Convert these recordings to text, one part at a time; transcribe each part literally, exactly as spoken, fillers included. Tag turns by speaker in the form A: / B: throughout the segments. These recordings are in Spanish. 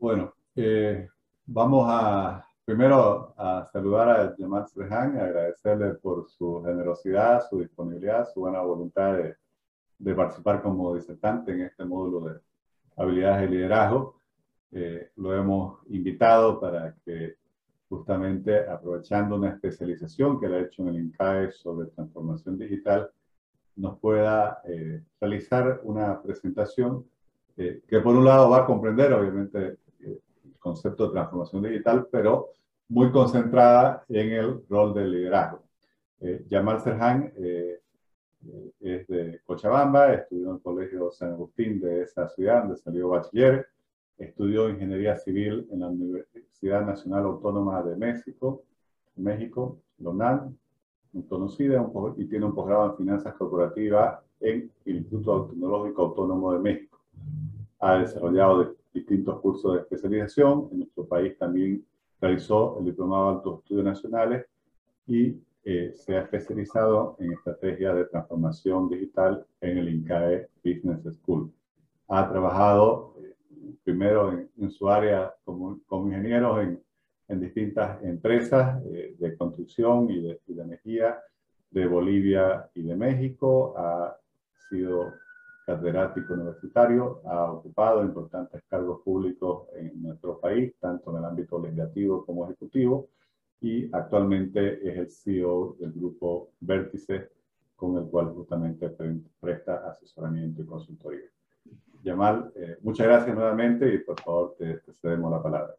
A: Bueno, eh, vamos a primero a saludar a Yamal Serhan, agradecerle por su generosidad, su disponibilidad, su buena voluntad de, de participar como disertante en este módulo de habilidades de liderazgo. Eh, lo hemos invitado para que justamente aprovechando una especialización que él ha hecho en el INCAE sobre transformación digital, nos pueda eh, realizar una presentación eh, que por un lado va a comprender obviamente eh, el concepto de transformación digital, pero muy concentrada en el rol del liderazgo. Eh, Yamal Serhan eh, eh, es de Cochabamba, estudió en el Colegio San Agustín de esa ciudad, donde salió bachiller, estudió Ingeniería Civil en la Universidad Nacional Autónoma de México, México, la UNAM, conocida, y tiene un posgrado en Finanzas Corporativas en el Instituto Tecnológico Autónomo de México. Ha desarrollado distintos cursos de especialización. En nuestro país también realizó el Diplomado de Altos Estudios Nacionales y eh, se ha especializado en estrategias de transformación digital en el INCAE Business School. Ha trabajado eh, primero en, en su área como, como ingeniero en en distintas empresas eh, de construcción y de, y de energía de Bolivia y de México. Ha sido catedrático universitario, ha ocupado importantes cargos públicos en nuestro país, tanto en el ámbito legislativo como ejecutivo, y actualmente es el C E O del grupo Vértice, con el cual justamente presta asesoramiento y consultoría. Yamal, eh, muchas gracias nuevamente y por favor te, te cedemos la palabra.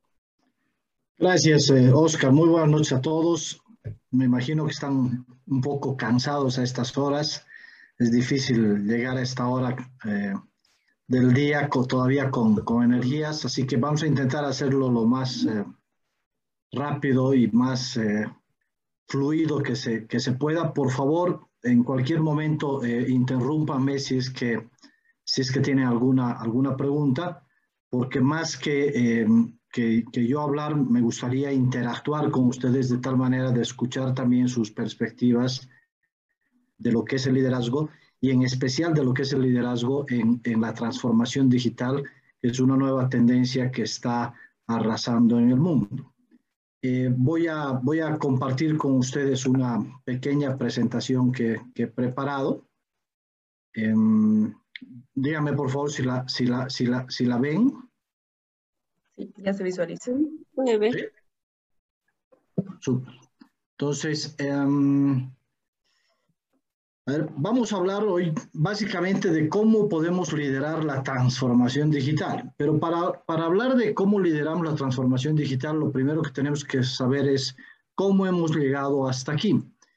B: Gracias, eh, Oscar. Muy buenas noches a todos. Me imagino que están un poco cansados a estas horas. Es difícil llegar a esta hora eh, del día con, todavía con, con energías, así que vamos a intentar hacerlo lo más eh, rápido y más eh, fluido que se, que se pueda. Por favor, en cualquier momento eh, interrúmpame si es que, si es que tienen alguna, alguna pregunta, porque más que... Eh, Que, que yo hablar, me gustaría interactuar con ustedes de tal manera de escuchar también sus perspectivas de lo que es el liderazgo y en especial de lo que es el liderazgo en, en la transformación digital, que es una nueva tendencia que está arrasando en el mundo. Eh, voy, a, voy a compartir con ustedes una pequeña presentación que, que he preparado. Eh, díganme por favor si la, si la, si la, si la ven.
C: Sí, ya se visualiza. Muy bien.
B: ¿Sí? Entonces, um, a ver, vamos a hablar hoy básicamente de cómo podemos liderar la transformación digital. Pero para, para hablar de cómo lideramos la transformación digital, lo primero que tenemos que saber es cómo hemos llegado hasta aquí.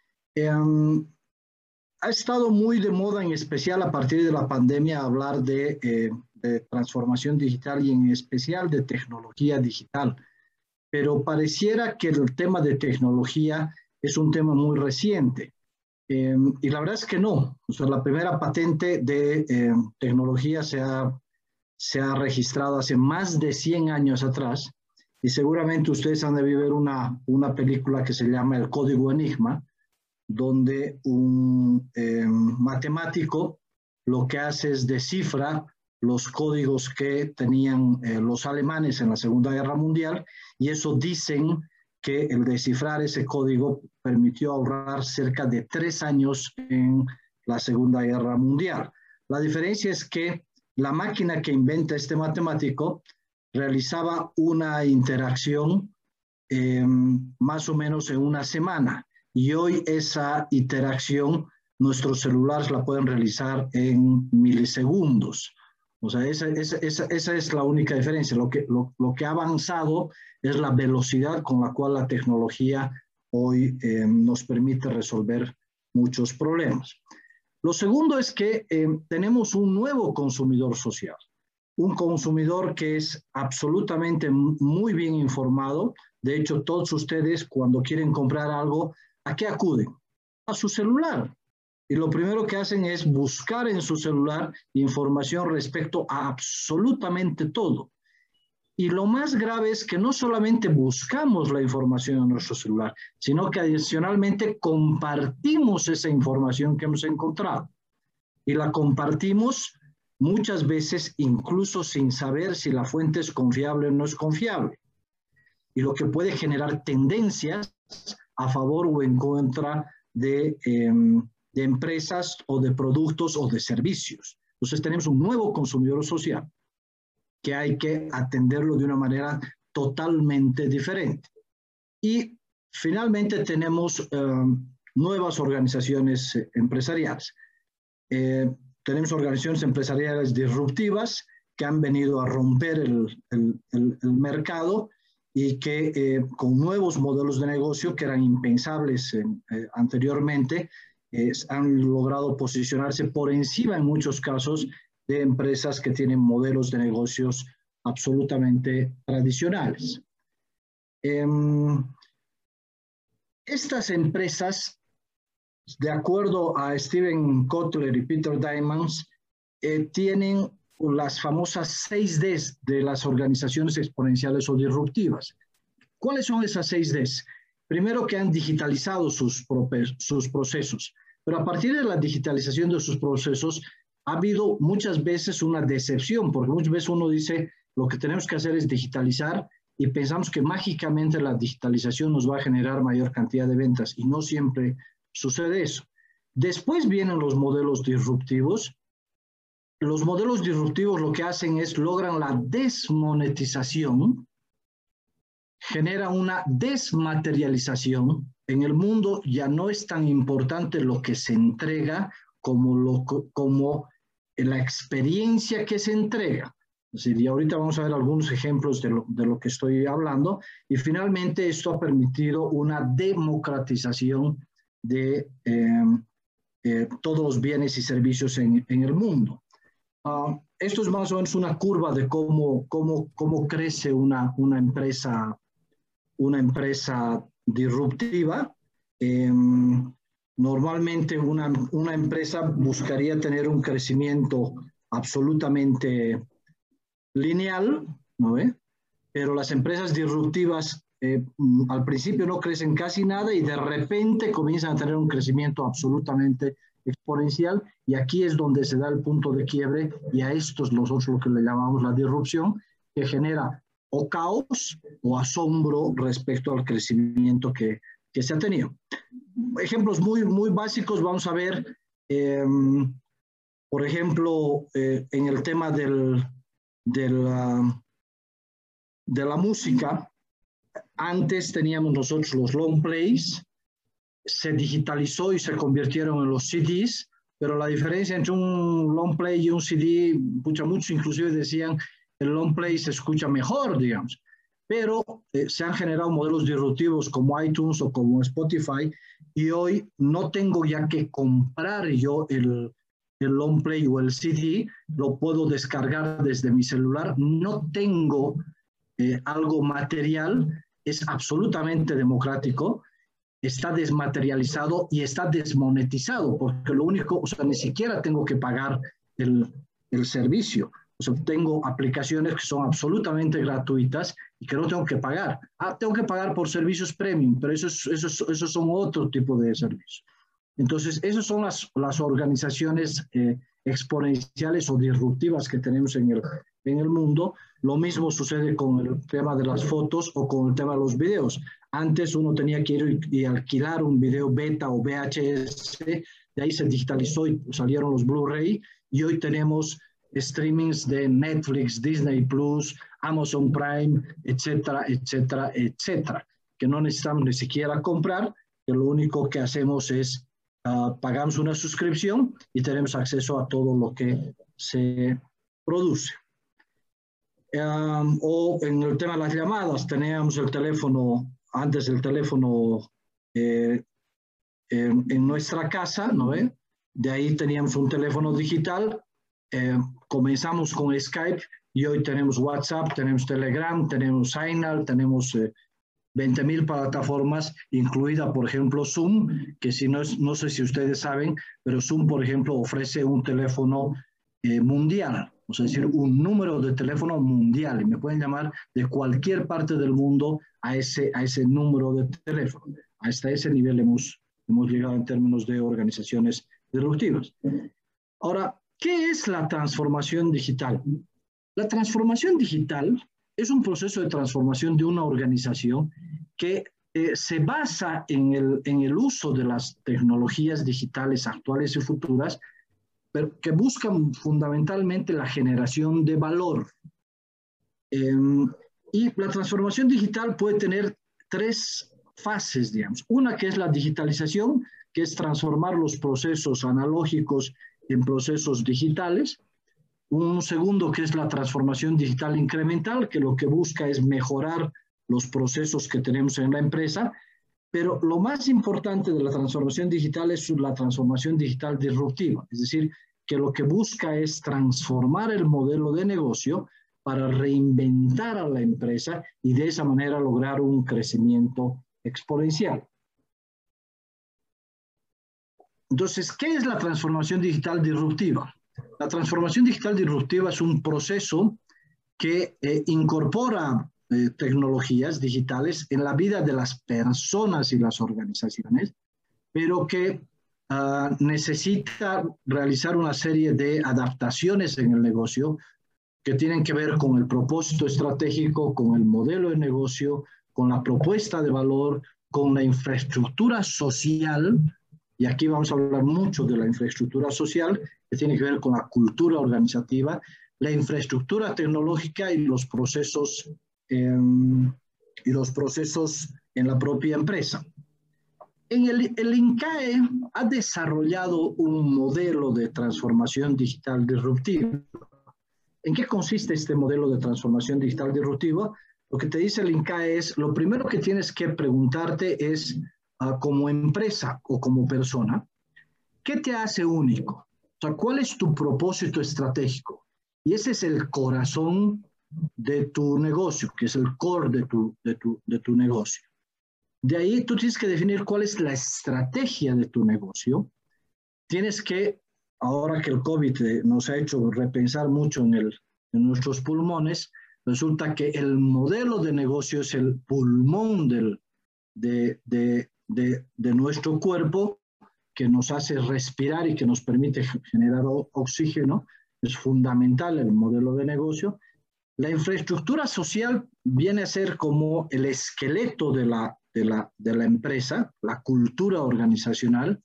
B: Um, ha estado muy de moda, en especial a partir de la pandemia, hablar de, eh, de transformación digital y en especial de tecnología digital. Pero pareciera que el tema de tecnología es un tema muy reciente. Eh, y la verdad es que no. O sea, la primera patente de eh, tecnología se ha, se ha registrado hace más de cien años atrás. Y seguramente ustedes han de ver una, una película que se llama El Código Enigma, donde un eh, matemático lo que hace es descifra los códigos que tenían eh, los alemanes en la Segunda Guerra Mundial, y eso dicen que el descifrar ese código permitió ahorrar cerca de tres años en la Segunda Guerra Mundial. La diferencia es que la máquina que inventa este matemático realizaba una interacción eh, más o menos en una semana, y hoy esa interacción nuestros celulares la pueden realizar en milisegundos. O sea, esa, esa, esa, esa es la única diferencia. Lo que, lo, lo que ha avanzado es la velocidad con la cual la tecnología hoy eh, nos permite resolver muchos problemas. Lo segundo es que eh, tenemos un nuevo consumidor social, un consumidor que es absolutamente muy bien informado. De hecho, todos ustedes cuando quieren comprar algo, ¿a qué acuden? A su celular. Y lo primero que hacen es buscar en su celular información respecto a absolutamente todo. Y lo más grave es que no solamente buscamos la información en nuestro celular, sino que adicionalmente compartimos esa información que hemos encontrado. Y la compartimos muchas veces incluso sin saber si la fuente es confiable o no es confiable, y lo que puede generar tendencias a favor o en contra de, eh, de empresas o de productos o de servicios. Entonces tenemos un nuevo consumidor social que hay que atenderlo de una manera totalmente diferente. Y finalmente tenemos eh, nuevas organizaciones empresariales. Eh, tenemos organizaciones empresariales disruptivas que han venido a romper el, el, el, el mercado y que eh, con nuevos modelos de negocio que eran impensables eh, eh, anteriormente, eh, han logrado posicionarse por encima en muchos casos de empresas que tienen modelos de negocios absolutamente tradicionales. Eh, estas empresas, de acuerdo a Steven Kotler y Peter Diamandis, eh, tienen las famosas seis Ds de las organizaciones exponenciales o disruptivas. ¿Cuáles son esas seis Ds? Primero, que han digitalizado sus, sus procesos, pero a partir de la digitalización de sus procesos ha habido muchas veces una decepción, porque muchas veces uno dice lo que tenemos que hacer es digitalizar y pensamos que mágicamente la digitalización nos va a generar mayor cantidad de ventas y no siempre sucede eso. Después vienen los modelos disruptivos. Los modelos disruptivos lo que hacen es logran la desmonetización, generan una desmaterialización. En el mundo ya no es tan importante lo que se entrega como, lo, como la experiencia que se entrega. Es decir, y ahorita vamos a ver algunos ejemplos de lo, de lo que estoy hablando. Y finalmente esto ha permitido una democratización de eh, eh, todos los bienes y servicios en, en el mundo. Uh, esto es más o menos una curva de cómo, cómo, cómo crece una, una, empresa, una empresa disruptiva. Eh, normalmente una, una empresa buscaría tener un crecimiento absolutamente lineal, ¿no ve? Pero las empresas disruptivas eh, al principio no crecen casi nada y de repente comienzan a tener un crecimiento absolutamente exponencial, y aquí es donde se da el punto de quiebre, y a esto es nosotros lo que le llamamos la disrupción, que genera o caos o asombro respecto al crecimiento que, que se ha tenido. Ejemplos muy, muy básicos vamos a ver, eh, por ejemplo, eh, en el tema del, del, uh, de la música. Antes teníamos nosotros los long plays, se digitalizó y se convirtieron en los C Ds, pero la diferencia entre un long play y un C D, muchos, muchos inclusive decían el long play se escucha mejor, digamos, pero eh, se han generado modelos disruptivos como iTunes o como Spotify, y hoy no tengo ya que comprar yo el, el long play o el C D, lo puedo descargar desde mi celular, no tengo eh, algo material, es absolutamente democrático, está desmaterializado y está desmonetizado, porque lo único, o sea, ni siquiera tengo que pagar el, el servicio. O sea, tengo aplicaciones que son absolutamente gratuitas y que no tengo que pagar. Ah, tengo que pagar por servicios premium, pero esos, esos, esos son otro tipo de servicios. Entonces, esas son las, las organizaciones eh, exponenciales o disruptivas que tenemos en el, en el mundo. Lo mismo sucede con el tema de las fotos o con el tema de los videos. Antes uno tenía que ir y alquilar un video beta o V H S, de ahí se digitalizó y salieron los Blu-ray, y hoy tenemos streamings de Netflix, Disney Plus, Amazon Prime, etcétera, etcétera, etcétera, que no necesitamos ni siquiera comprar, que lo único que hacemos es uh, pagamos una suscripción y tenemos acceso a todo lo que se produce. Um, o en el tema de las llamadas, teníamos el teléfono, antes el teléfono eh, en, en nuestra casa, ¿no ve? De ahí teníamos un teléfono digital, eh, comenzamos con Skype y hoy tenemos WhatsApp, tenemos Telegram, tenemos Signal, tenemos eh, veinte mil plataformas, incluida por ejemplo Zoom, que si no, es, no sé si ustedes saben, pero Zoom por ejemplo ofrece un teléfono eh, mundial. O sea, es decir, un número de teléfono mundial, y me pueden llamar de cualquier parte del mundo a ese, a ese número de teléfono. Hasta ese nivel hemos, hemos llegado en términos de organizaciones disruptivas. Ahora, ¿qué es la transformación digital? La transformación digital es un proceso de transformación de una organización que eh, se basa en el, en el uso de las tecnologías digitales actuales y futuras, pero que buscan fundamentalmente la generación de valor. Eh, y la transformación digital puede tener tres fases, digamos. Una que es la digitalización, que es transformar los procesos analógicos en procesos digitales. Un segundo que es la transformación digital incremental, que lo que busca es mejorar los procesos que tenemos en la empresa. Pero lo más importante de la transformación digital es la transformación digital disruptiva, es decir, que lo que busca es transformar el modelo de negocio para reinventar a la empresa y de esa manera lograr un crecimiento exponencial. Entonces, ¿qué es la transformación digital disruptiva? La transformación digital disruptiva es un proceso que eh, incorpora eh, tecnologías digitales en la vida de las personas y las organizaciones, pero que uh, necesita realizar una serie de adaptaciones en el negocio que tienen que ver con el propósito estratégico, con el modelo de negocio, con la propuesta de valor, con la infraestructura social, y aquí vamos a hablar mucho de la infraestructura social, que tiene que ver con la cultura organizativa, la infraestructura tecnológica y los procesos, eh, y los procesos en la propia empresa. En el, el INCAE ha desarrollado un modelo de transformación digital disruptiva. ¿En qué consiste este modelo de transformación digital disruptiva? Lo que te dice el INCAE es, lo primero que tienes que preguntarte es, uh, como empresa o como persona, ¿qué te hace único? O sea, ¿cuál es tu propósito estratégico? Y ese es el corazón de tu negocio, que es el core de tu, de tu, de tu negocio. De ahí tú tienes que definir cuál es la estrategia de tu negocio. Tienes que, ahora que el COVID nos ha hecho repensar mucho en, el, en nuestros pulmones, resulta que el modelo de negocio es el pulmón del, de, de, de, de nuestro cuerpo, que nos hace respirar y que nos permite generar oxígeno. Es fundamental el modelo de negocio. La infraestructura social viene a ser como el esqueleto de la, de la, de la empresa, la cultura organizacional.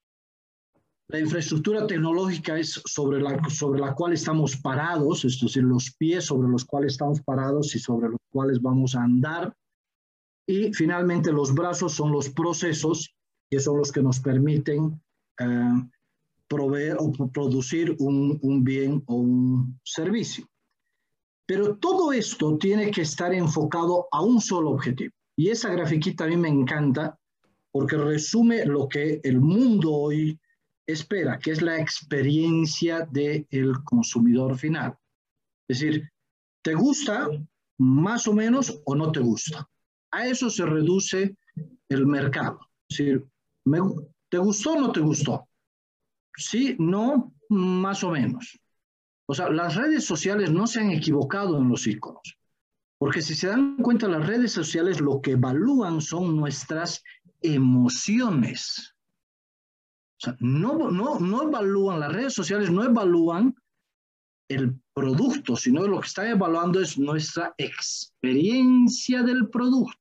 B: La infraestructura tecnológica es sobre la, sobre la cual estamos parados, es decir, los pies sobre los cuales estamos parados y sobre los cuales vamos a andar. Y finalmente los brazos son los procesos, que son los que nos permiten eh, proveer o producir un, un bien o un servicio. Pero todo esto tiene que estar enfocado a un solo objetivo. Y esa grafiquita a mí me encanta porque resume lo que el mundo hoy espera, que es la experiencia del consumidor final. Es decir, ¿te gusta más o menos o no te gusta? A eso se reduce el mercado. Es decir, me, ¿te gustó o no te gustó? Sí, no, más o menos. O sea, las redes sociales no se han equivocado en los iconos, porque si se dan cuenta, las redes sociales lo que evalúan son nuestras emociones. O sea, no, no, no evalúan, las redes sociales no evalúan el producto, sino lo que están evaluando es nuestra experiencia del producto.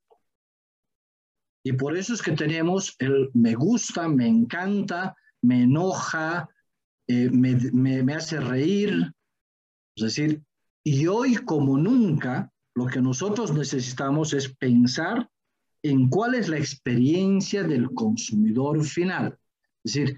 B: Y por eso es que tenemos el me gusta, me encanta, me enoja, eh, me, me, me hace reír. Es decir, y hoy como nunca, lo que nosotros necesitamos es pensar en cuál es la experiencia del consumidor final. Es decir,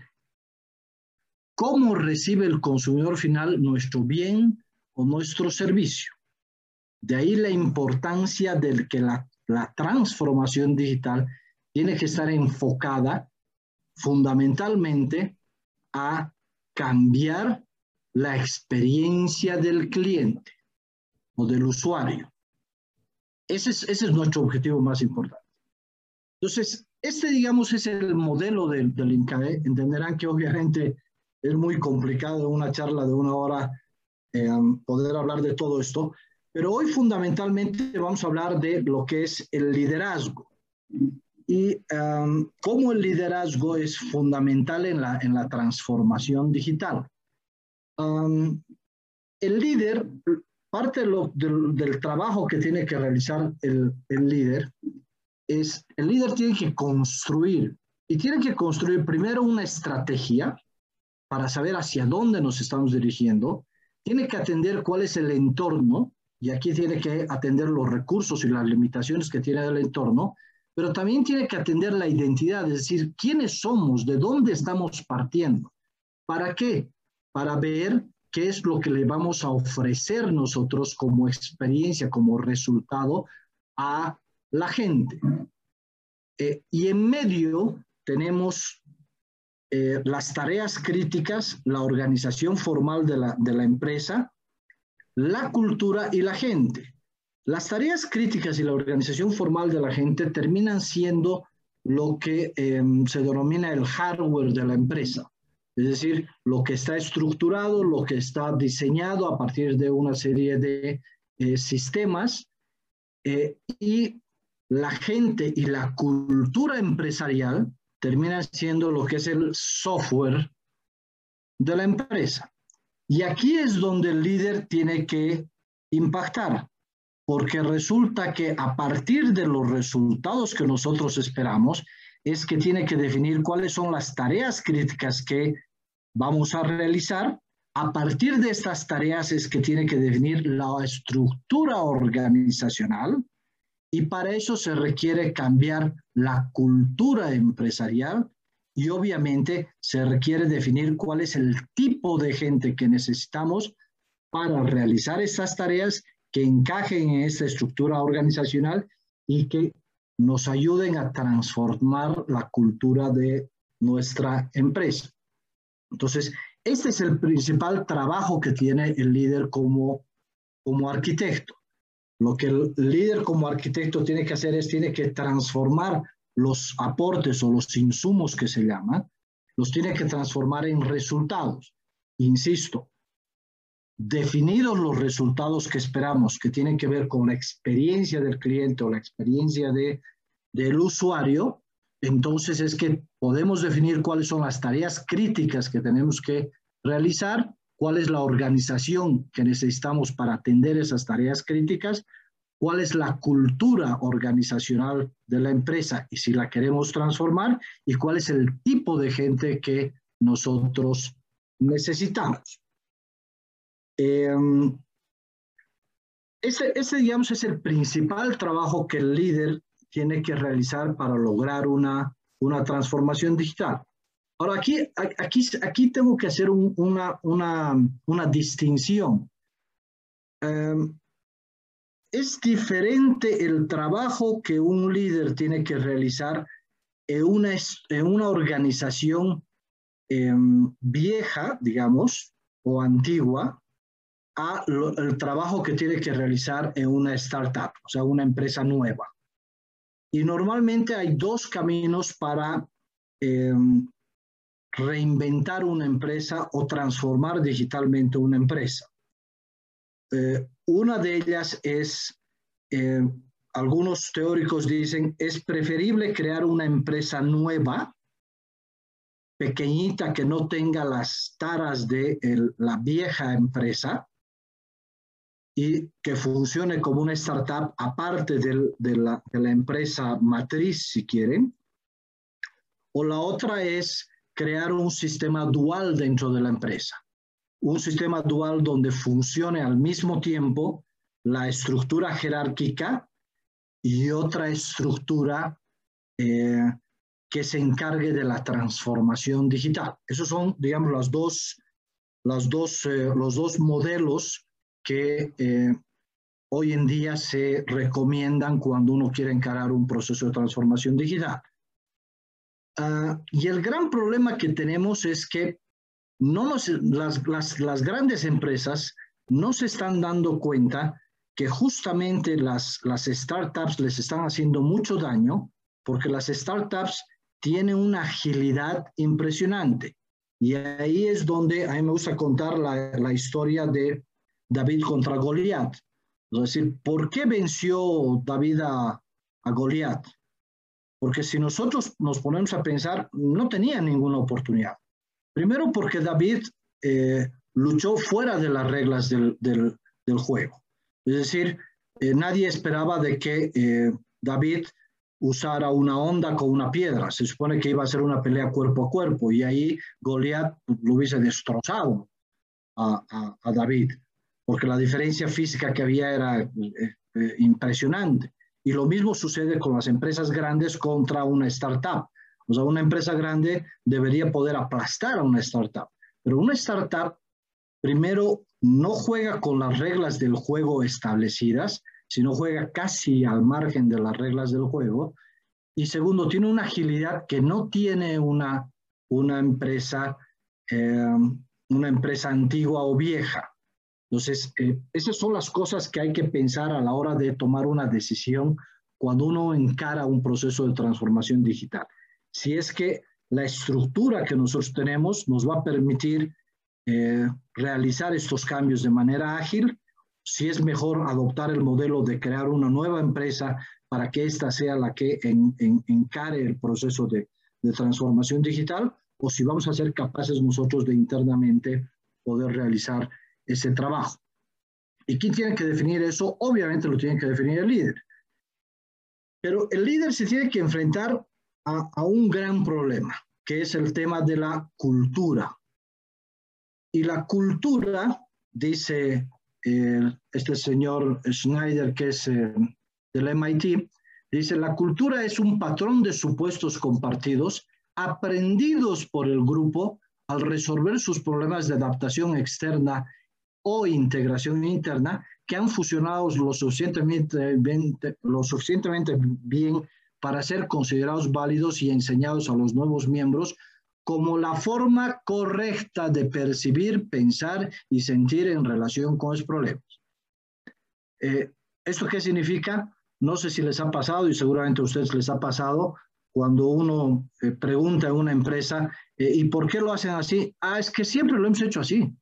B: cómo recibe el consumidor final nuestro bien o nuestro servicio. De ahí la importancia de que la, la transformación digital tiene que estar enfocada fundamentalmente a cambiar la experiencia del cliente o del usuario. Ese es, ese es nuestro objetivo más importante. Entonces, este, digamos, es el modelo del, del INCAE. Entenderán que obviamente es muy complicado en una charla de una hora eh, poder hablar de todo esto, pero hoy fundamentalmente vamos a hablar de lo que es el liderazgo y um, cómo el liderazgo es fundamental en la, en la transformación digital. Um, el líder, parte de lo, del, del trabajo que tiene que realizar el, el líder, es el líder tiene que construir, y tiene que construir primero una estrategia para saber hacia dónde nos estamos dirigiendo, tiene que atender cuál es el entorno, y aquí tiene que atender los recursos y las limitaciones que tiene el entorno, pero también tiene que atender la identidad, es decir, quiénes somos, de dónde estamos partiendo. ¿Para qué? Para ver qué es lo que le vamos a ofrecer nosotros como experiencia, como resultado a la gente. Eh, y en medio tenemos eh, las tareas críticas, la organización formal de la, de la empresa, la cultura y la gente. Las tareas críticas y la organización formal de la gente terminan siendo lo que eh, se denomina el hardware de la empresa. Es decir, lo que está estructurado, lo que está diseñado a partir de una serie de eh, sistemas eh, y la gente y la cultura empresarial terminan siendo lo que es el software de la empresa. Y aquí es donde el líder tiene que impactar, porque resulta que a partir de los resultados que nosotros esperamos, es que tiene que definir cuáles son las tareas críticas que vamos a realizar. A partir de estas tareas es que tiene que definir la estructura organizacional y para eso se requiere cambiar la cultura empresarial y obviamente se requiere definir cuál es el tipo de gente que necesitamos para realizar estas tareas que encajen en esta estructura organizacional y que nos ayuden a transformar la cultura de nuestra empresa. Entonces, este es el principal trabajo que tiene el líder como, como arquitecto. Lo que el líder como arquitecto tiene que hacer es, tiene que transformar los aportes o los insumos que se llaman, los tiene que transformar en resultados. Insisto, definidos los resultados que esperamos, que tienen que ver con la experiencia del cliente o la experiencia de, del usuario, entonces es que podemos definir cuáles son las tareas críticas que tenemos que realizar, cuál es la organización que necesitamos para atender esas tareas críticas, cuál es la cultura organizacional de la empresa y si la queremos transformar, y cuál es el tipo de gente que nosotros necesitamos. Eh, ese, ese, digamos, es el principal trabajo que el líder tiene que realizar para lograr una, una transformación digital. Ahora, aquí, aquí, aquí tengo que hacer un, una, una, una distinción. Um, es diferente el trabajo que un líder tiene que realizar en una, en una organización eh, vieja, digamos, o antigua, a lo, el trabajo que tiene que realizar en una startup, o sea, una empresa nueva. Y normalmente hay dos caminos para eh, reinventar una empresa o transformar digitalmente una empresa. Eh, una de ellas es, eh, algunos teóricos dicen, es preferible crear una empresa nueva, pequeñita, que no tenga las taras de el, la vieja empresa y que funcione como una startup aparte de, de, la, de la empresa matriz, si quieren. O la otra es crear un sistema dual dentro de la empresa. Un sistema dual donde funcione al mismo tiempo la estructura jerárquica y otra estructura eh, que se encargue de la transformación digital. Esos son, digamos, las dos, las dos, eh, los dos modelos que eh, hoy en día se recomiendan cuando uno quiere encarar un proceso de transformación digital. Uh, y el gran problema que tenemos es que no nos, las, las, las grandes empresas no se están dando cuenta que justamente las, las startups les están haciendo mucho daño, porque las startups tienen una agilidad impresionante. Y ahí es donde a mí me gusta contar la, la historia de David contra Goliat. Es decir, ¿por qué venció David a, a Goliat? Porque si nosotros nos ponemos a pensar, no tenía ninguna oportunidad. Primero porque David eh, luchó fuera de las reglas del, del, del juego. Es decir, eh, nadie esperaba de que eh, David usara una honda con una piedra. Se supone que iba a ser una pelea cuerpo a cuerpo y ahí Goliat lo hubiese destrozado a, a, a David, porque la diferencia física que había era eh, eh, impresionante. Y lo mismo sucede con las empresas grandes contra una startup. O sea, una empresa grande debería poder aplastar a una startup, pero una startup primero no juega con las reglas del juego establecidas, sino juega casi al margen de las reglas del juego. Y segundo, tiene una agilidad que no tiene una, una empresa, eh, una empresa antigua o vieja. Entonces, eh, esas son las cosas que hay que pensar a la hora de tomar una decisión cuando uno encara un proceso de transformación digital. Si es que la estructura que nosotros tenemos nos va a permitir eh, realizar estos cambios de manera ágil, si es mejor adoptar el modelo de crear una nueva empresa para que ésta sea la que en, en, encare el proceso de, de transformación digital, o si vamos a ser capaces nosotros de internamente poder realizar ese trabajo. ¿Y quién tiene que definir eso? Obviamente lo tiene que definir el líder. Pero el líder se tiene que enfrentar a, a un gran problema, que es el tema de la cultura. Y la cultura, dice eh, este señor Schneider, que es eh, del M I T, dice, la cultura es un patrón de supuestos compartidos aprendidos por el grupo al resolver sus problemas de adaptación externa o integración interna que han fusionado lo suficientemente bien, lo suficientemente bien para ser considerados válidos y enseñados a los nuevos miembros como la forma correcta de percibir, pensar y sentir en relación con los problemas. Eh, ¿Esto qué significa? No sé si les ha pasado, y seguramente a ustedes les ha pasado, cuando uno eh, pregunta a una empresa, eh, ¿y por qué lo hacen así? Ah, es que siempre lo hemos hecho así.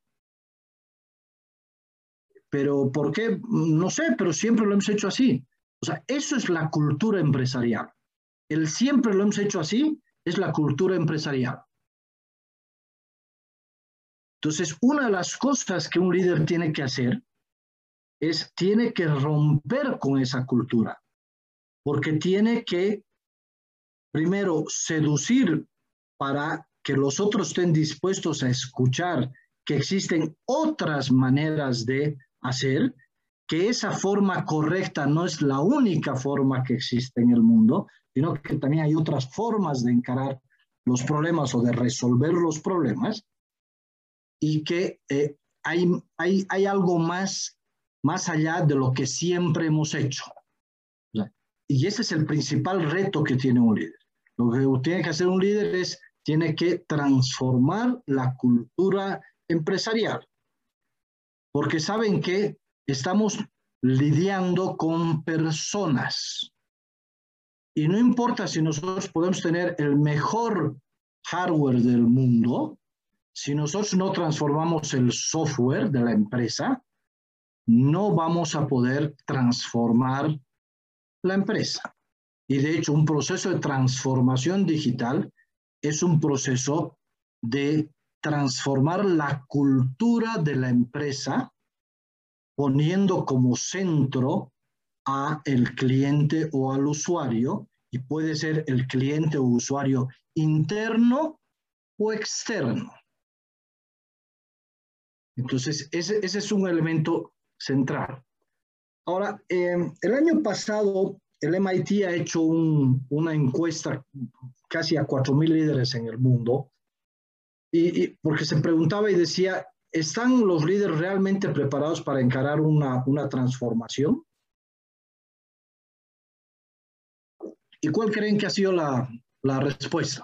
B: Pero ¿por qué? No sé, pero siempre lo hemos hecho así. O sea, eso es la cultura empresarial. El siempre lo hemos hecho así es la cultura empresarial. Entonces, una de las cosas que un líder tiene que hacer es, tiene que romper con esa cultura, porque tiene que, primero, seducir para que los otros estén dispuestos a escuchar que existen otras maneras de hacer, que esa forma correcta no es la única forma que existe en el mundo, sino que también hay otras formas de encarar los problemas o de resolver los problemas, y que eh, hay, hay, hay algo más, más allá de lo que siempre hemos hecho. O sea, y ese es el principal reto que tiene un líder. Lo que tiene que hacer un líder es, tiene que transformar la cultura empresarial. Porque saben que estamos lidiando con personas. Y no importa si nosotros podemos tener el mejor hardware del mundo, si nosotros no transformamos el software de la empresa, no vamos a poder transformar la empresa. Y de hecho, un proceso de transformación digital es un proceso de transformar la cultura de la empresa, poniendo como centro a el cliente o al usuario, y puede ser el cliente o usuario interno o externo. Entonces, ese, ese es un elemento central. Ahora, eh, el año pasado, el M I T ha hecho un, una encuesta casi a cuatro mil líderes en el mundo, y, y porque se preguntaba y decía, ¿están los líderes realmente preparados para encarar una, una transformación? ¿Y cuál creen que ha sido la, la respuesta?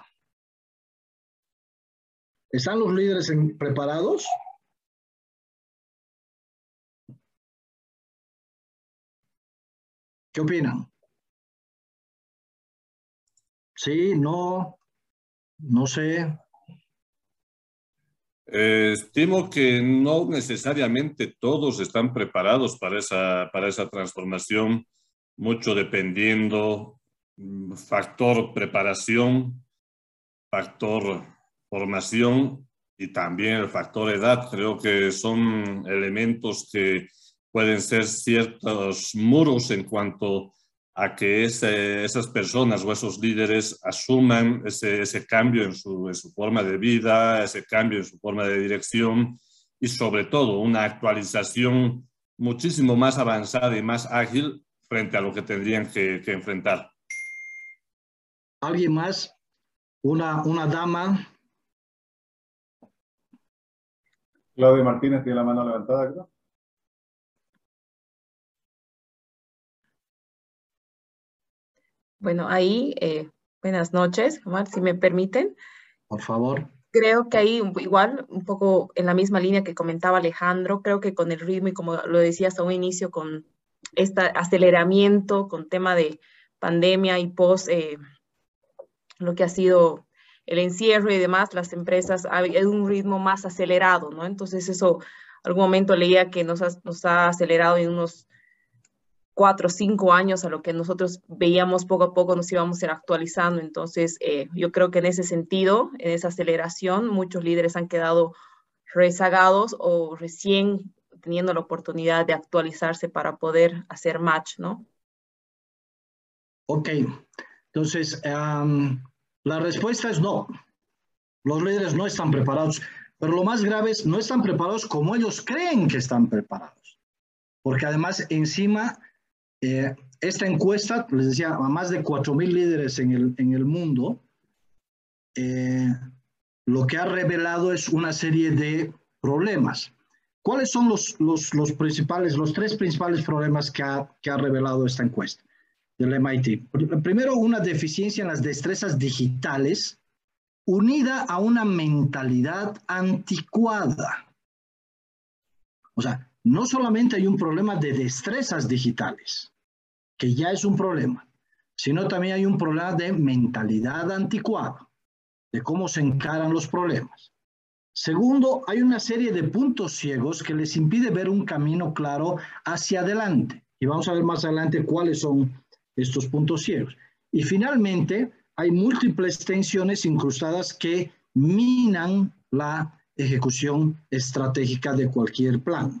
B: ¿Están los líderes en, preparados? ¿Qué opinan? Sí, no, no sé.
D: Eh, estimo que no necesariamente todos están preparados para esa, para esa transformación, mucho dependiendo factor preparación, factor formación y también el factor edad. Creo que son elementos que pueden ser ciertos muros en cuanto a que ese, esas personas o esos líderes asuman ese, ese cambio en su, en su forma de vida, ese cambio en su forma de dirección y sobre todo una actualización muchísimo más avanzada y más ágil frente a lo que tendrían que, que enfrentar.
B: ¿Alguien más? Una, una dama.
A: Claudia Martínez tiene la mano levantada, creo.
C: Bueno, ahí, eh, buenas noches, Omar, si me permiten.
B: Por favor.
C: Creo que ahí igual, un poco en la misma línea que comentaba Alejandro, creo que con el ritmo y como lo decías a un inicio, con este aceleramiento, con tema de pandemia y post, eh, lo que ha sido el encierro y demás, las empresas hay un ritmo más acelerado, ¿no? Entonces eso, algún momento leía que nos ha, nos ha acelerado en unos cuatro o cinco años a lo que nosotros veíamos poco a poco nos íbamos a ir actualizando. Entonces, eh, yo creo que en ese sentido, en esa aceleración, muchos líderes han quedado rezagados o recién teniendo la oportunidad de actualizarse para poder hacer match, ¿no?
B: Ok, entonces um, la respuesta es no. Los líderes no están preparados, pero lo más grave es no están preparados como ellos creen que están preparados. Porque además encima... Eh, esta encuesta, les decía, a más de cuatro mil líderes en el, en el mundo, eh, lo que ha revelado es una serie de problemas. ¿Cuáles son los, los, los principales, los tres principales problemas que ha, que ha revelado esta encuesta del M I T? Primero, una deficiencia en las destrezas digitales unida a una mentalidad anticuada. O sea, no solamente hay un problema de destrezas digitales, que ya es un problema, sino también hay un problema de mentalidad anticuada, de cómo se encaran los problemas. Segundo, hay una serie de puntos ciegos que les impide ver un camino claro hacia adelante. Y vamos a ver más adelante cuáles son estos puntos ciegos. Y finalmente, hay múltiples tensiones incrustadas que minan la ejecución estratégica de cualquier plan.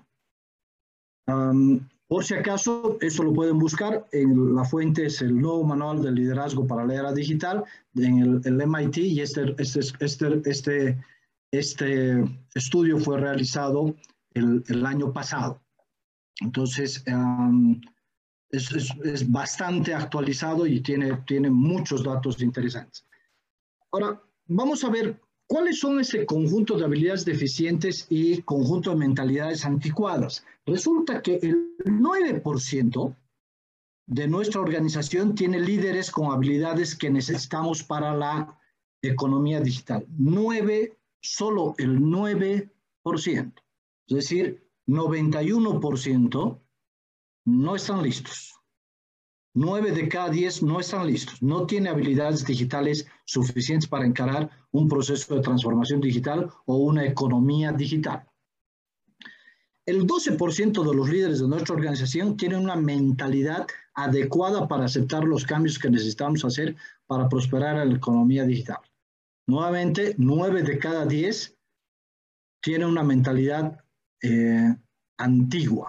B: Um, por si acaso, eso lo pueden buscar en la fuente, es el nuevo manual de liderazgo para la era digital en el, el M I T, y este, este, este, este, este estudio fue realizado el, el año pasado. Entonces, um, es, es, es bastante actualizado y tiene, tiene muchos datos interesantes. Ahora, vamos a ver cuáles son ese conjunto de habilidades deficientes y conjunto de mentalidades anticuadas. Resulta que el nueve por ciento de nuestra organización tiene líderes con habilidades que necesitamos para la economía digital. nueve, solo el nueve por ciento. Es decir, noventa y uno por ciento no están listos. nueve de cada diez no están listos, no tienen habilidades digitales suficientes para encarar un proceso de transformación digital o una economía digital. El doce por ciento de los líderes de nuestra organización tienen una mentalidad adecuada para aceptar los cambios que necesitamos hacer para prosperar en la economía digital. Nuevamente, nueve de cada diez tienen una mentalidad eh, antigua.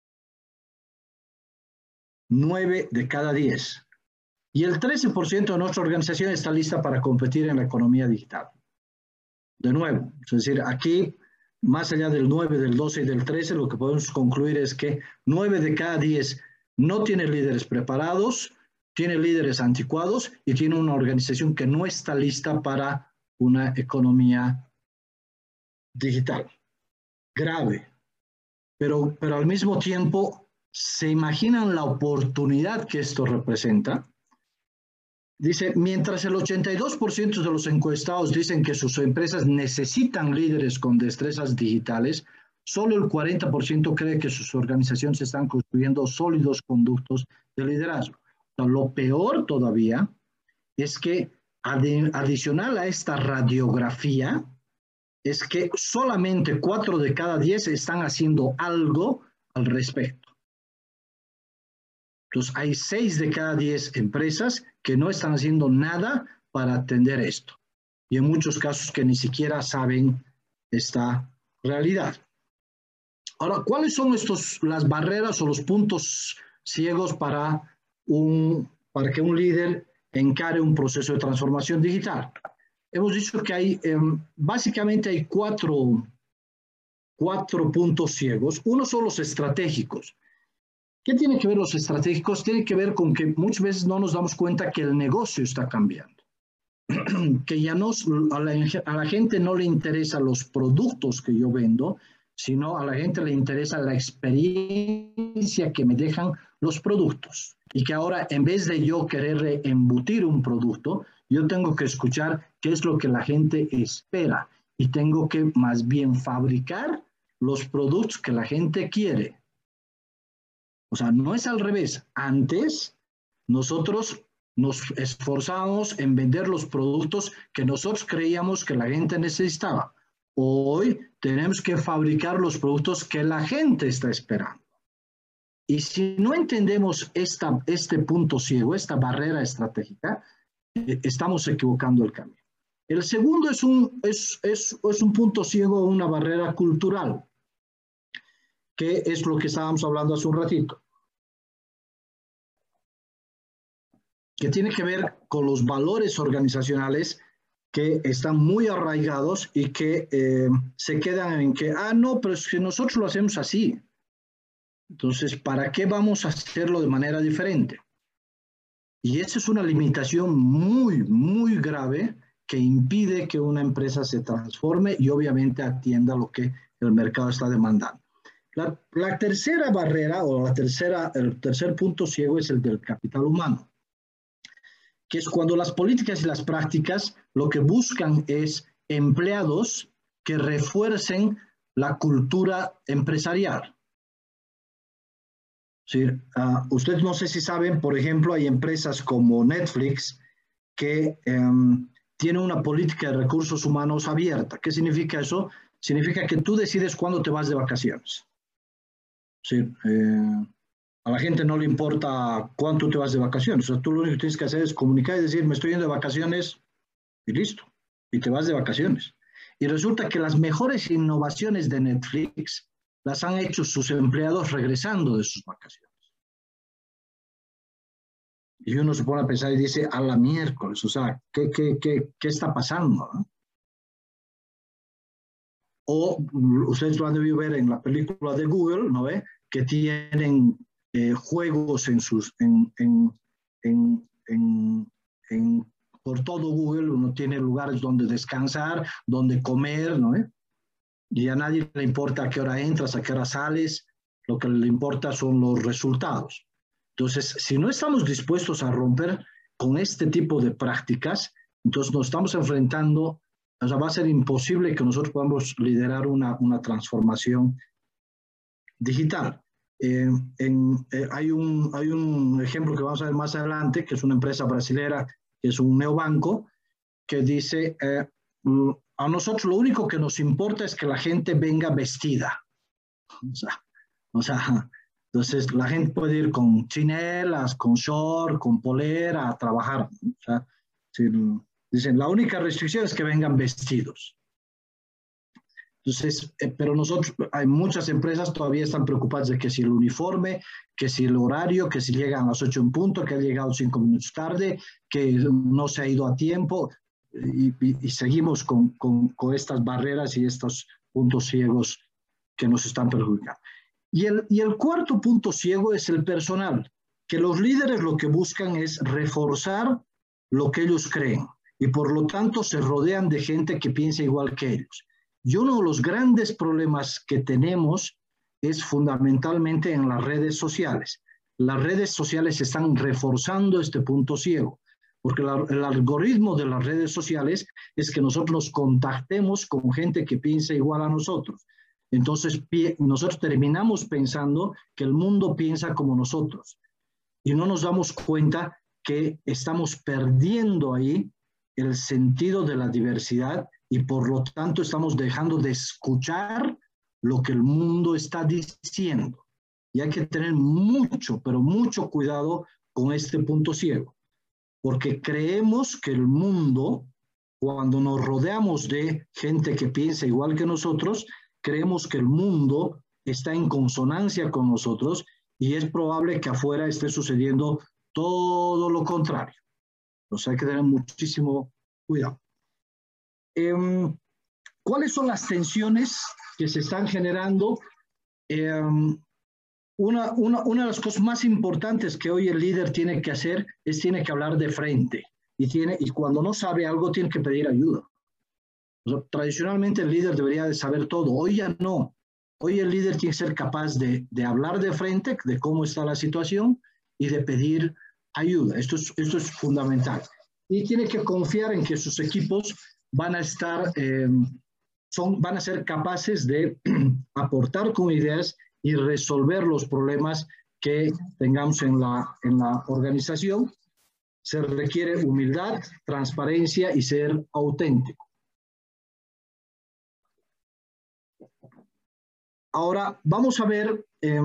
B: nueve de cada diez. Y el trece por ciento de nuestra organización está lista para competir en la economía digital. De nuevo, es decir, aquí, más allá del nueve, del doce y del trece, lo que podemos concluir es que nueve de cada diez no tiene líderes preparados, tiene líderes anticuados y tiene una organización que no está lista para una economía digital. Grave. Pero, pero al mismo tiempo, ¿se imaginan la oportunidad que esto representa? Dice, mientras el ochenta y dos por ciento de los encuestados dicen que sus empresas necesitan líderes con destrezas digitales, solo el cuarenta por ciento cree que sus organizaciones están construyendo sólidos conductos de liderazgo. O sea, lo peor todavía es que, adi- adicional a esta radiografía, es que solamente cuatro de cada diez están haciendo algo al respecto. Entonces, hay seis de cada diez empresas que no están haciendo nada para atender esto. Y en muchos casos que ni siquiera saben esta realidad. Ahora, ¿cuáles son estos, las barreras o los puntos ciegos para, un, para que un líder encare un proceso de transformación digital? Hemos dicho que hay, eh, básicamente hay cuatro, cuatro puntos ciegos. Uno son los estratégicos. ¿Qué tiene que ver los estratégicos? Tiene que ver con que muchas veces no nos damos cuenta que el negocio está cambiando. Que ya no, a la, a la gente no le interesan los productos que yo vendo, sino a la gente le interesa la experiencia que me dejan los productos. Y que ahora, en vez de yo querer embutir un producto, yo tengo que escuchar qué es lo que la gente espera y tengo que más bien fabricar los productos que la gente quiere. O sea, no es al revés. Antes, nosotros nos esforzamos en vender los productos que nosotros creíamos que la gente necesitaba. Hoy tenemos que fabricar los productos que la gente está esperando. Y si no entendemos esta, este punto ciego, esta barrera estratégica, eh, estamos equivocando el camino. El segundo es un, es, es, es un punto ciego, una barrera cultural, que es lo que estábamos hablando hace un ratito, que tiene que ver con los valores organizacionales que están muy arraigados y que eh, se quedan en que, ah, no, pero es que nosotros lo hacemos así. Entonces, ¿para qué vamos a hacerlo de manera diferente? Y esa es una limitación muy, muy grave que impide que una empresa se transforme y obviamente atienda lo que el mercado está demandando. La, la tercera barrera o la tercera, el tercer punto ciego es el del capital humano, que es cuando las políticas y las prácticas lo que buscan es empleados que refuercen la cultura empresarial. Sí, uh, ustedes no sé si saben, por ejemplo, hay empresas como Netflix que um, tienen una política de recursos humanos abierta. ¿Qué significa eso? Significa que tú decides cuándo te vas de vacaciones. Sí, eh, a la gente no le importa cuánto te vas de vacaciones. O sea, tú lo único que tienes que hacer es comunicar y decir, me estoy yendo de vacaciones y listo. Y te vas de vacaciones. Y resulta que las mejores innovaciones de Netflix las han hecho sus empleados regresando de sus vacaciones. Y uno se pone a pensar y dice, a la miércoles, o sea, ¿qué, qué, qué, qué está pasando? ¿No? O ustedes lo han debido ver en la película de Google, ¿no ve? Que tienen eh, juegos en sus, en, en, en, en, en, por todo Google, uno tiene lugares donde descansar, donde comer, ¿no ve? Y a nadie le importa a qué hora entras, a qué hora sales, lo que le importa son los resultados. Entonces, si no estamos dispuestos a romper con este tipo de prácticas, entonces nos estamos enfrentando, o sea, va a ser imposible que nosotros podamos liderar una, una transformación digital. Eh, en, eh, hay, un, hay un ejemplo que vamos a ver más adelante, que es una empresa brasilera, que es un neobanco, que dice, eh, a nosotros lo único que nos importa es que la gente venga vestida. O sea, o sea, entonces la gente puede ir con chinelas, con short, con polera a trabajar. O sea, si, dicen, la única restricción es que vengan vestidos. Entonces, eh, pero nosotros, hay muchas empresas todavía están preocupadas de que si el uniforme, que si el horario, que si llegan a las ocho en punto, que ha llegado cinco minutos tarde, que no se ha ido a tiempo. Y, y, y seguimos con, con, con estas barreras y estos puntos ciegos que nos están perjudicando. Y el, y el cuarto punto ciego es el personal, que los líderes lo que buscan es reforzar lo que ellos creen y por lo tanto se rodean de gente que piensa igual que ellos. Y uno de los grandes problemas que tenemos es fundamentalmente en las redes sociales. Las redes sociales están reforzando este punto ciego. Porque la, el algoritmo de las redes sociales es que nosotros nos contactemos con gente que piensa igual a nosotros. Entonces, nosotros terminamos pensando que el mundo piensa como nosotros. Y no nos damos cuenta que estamos perdiendo ahí el sentido de la diversidad y por lo tanto estamos dejando de escuchar lo que el mundo está diciendo. Y hay que tener mucho, pero mucho cuidado con este punto ciego. Porque creemos que el mundo cuando nos rodeamos de gente que piensa igual que nosotros, creemos que el mundo está en consonancia con nosotros y es probable que afuera esté sucediendo todo lo contrario. O sea, hay que tener muchísimo cuidado. Eh, ¿Cuáles son las tensiones que se están generando? Eh, una, una, una de las cosas más importantes que hoy el líder tiene que hacer es tiene que hablar de frente. Y, tiene, y cuando no sabe algo, tiene que pedir ayuda. O sea, tradicionalmente el líder debería de saber todo. Hoy ya no. Hoy el líder tiene que ser capaz de, de hablar de frente, de cómo está la situación y de pedir ayuda. Esto es, esto es fundamental. Y tiene que confiar en que sus equipos van a estar, eh, son, van a ser capaces de aportar con ideas y resolver los problemas que tengamos en la, en la organización. Se requiere humildad, transparencia y ser auténtico. Ahora vamos a ver eh,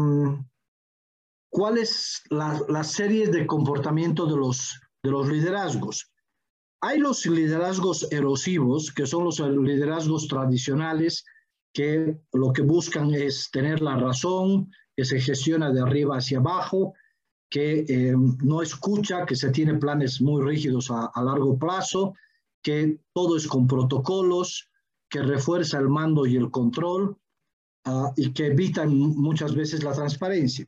B: cuál es la, la serie de comportamiento de los, de los liderazgos. Hay los liderazgos erosivos, que son los liderazgos tradicionales, que lo que buscan es tener la razón, que se gestiona de arriba hacia abajo, que eh, no escucha, que se tiene planes muy rígidos a, a largo plazo, que todo es con protocolos, que refuerza el mando y el control, uh, y que evitan muchas veces la transparencia.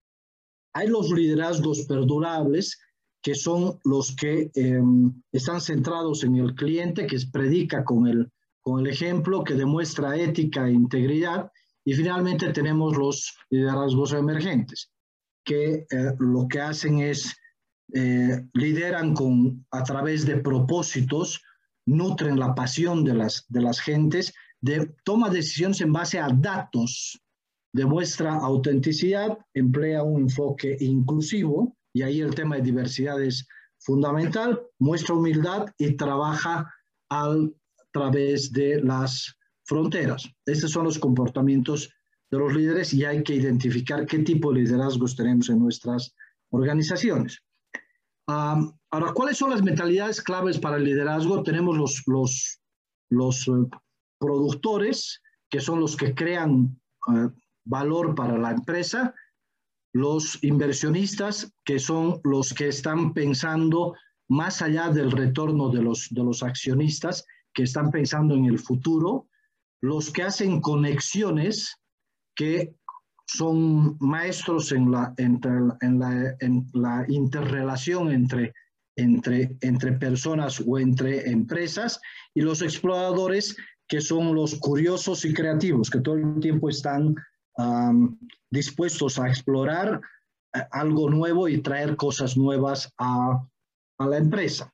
B: Hay los liderazgos perdurables, que son los que eh, están centrados en el cliente, que predica con el, con el ejemplo, que demuestra ética e integridad, y finalmente tenemos los liderazgos emergentes, que eh, lo que hacen es eh, lideran con, a través de propósitos, nutren la pasión de las, de las gentes, de, toma decisiones en base a datos, demuestra autenticidad, emplea un enfoque inclusivo, y ahí el tema de diversidad es fundamental, muestra humildad y trabaja a través de las fronteras. Estos son los comportamientos de los líderes y hay que identificar qué tipo de liderazgos tenemos en nuestras organizaciones. Um, ahora, ¿cuáles son las mentalidades claves para el liderazgo? Tenemos los, los, los uh, productores, que son los que crean uh, valor para la empresa, los inversionistas, que son los que están pensando más allá del retorno de los, de los accionistas, que están pensando en el futuro, los que hacen conexiones, que son maestros en la, entre, en la, en la interrelación entre, entre, entre personas o entre empresas, y los exploradores, que son los curiosos y creativos, que todo el tiempo están um, dispuestos a explorar uh, algo nuevo y traer cosas nuevas a, a la empresa.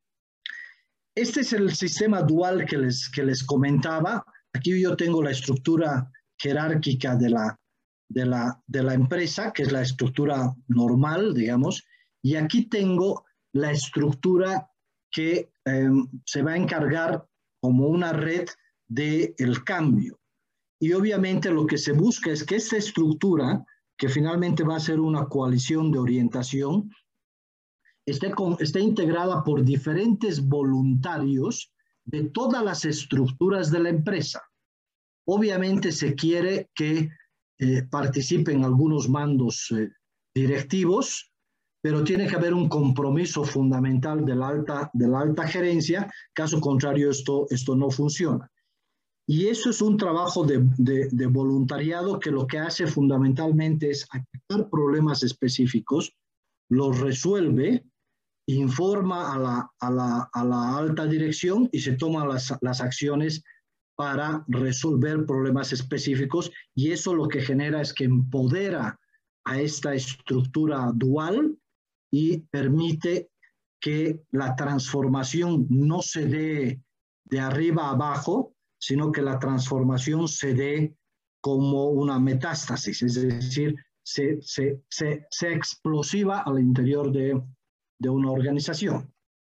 B: Este es el sistema dual que les, que les comentaba. Aquí yo tengo la estructura jerárquica de la, de, la, de la empresa, que es la estructura normal, digamos, y aquí tengo la estructura que eh, se va a encargar como una red del cambio. Y obviamente lo que se busca es que esta estructura, que finalmente va a ser una coalición de orientación, esté, con, esté integrada por diferentes voluntarios de todas las estructuras de la empresa. Obviamente se quiere que eh, participen algunos mandos eh, directivos, pero tiene que haber un compromiso fundamental de la alta, de la alta gerencia, caso contrario esto, esto no funciona. Y eso es un trabajo de, de, de voluntariado que lo que hace fundamentalmente es atacar problemas específicos, los resuelve, informa a la, a la, a la alta dirección y se toman las, las acciones para resolver problemas específicos, y eso lo que genera es que empodera a esta estructura dual y permite que la transformación no se dé de arriba a abajo, sino que la transformación se dé como una metástasis, es decir, se, se, se, se explosiva al interior de, de una organización.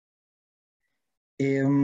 B: Eh,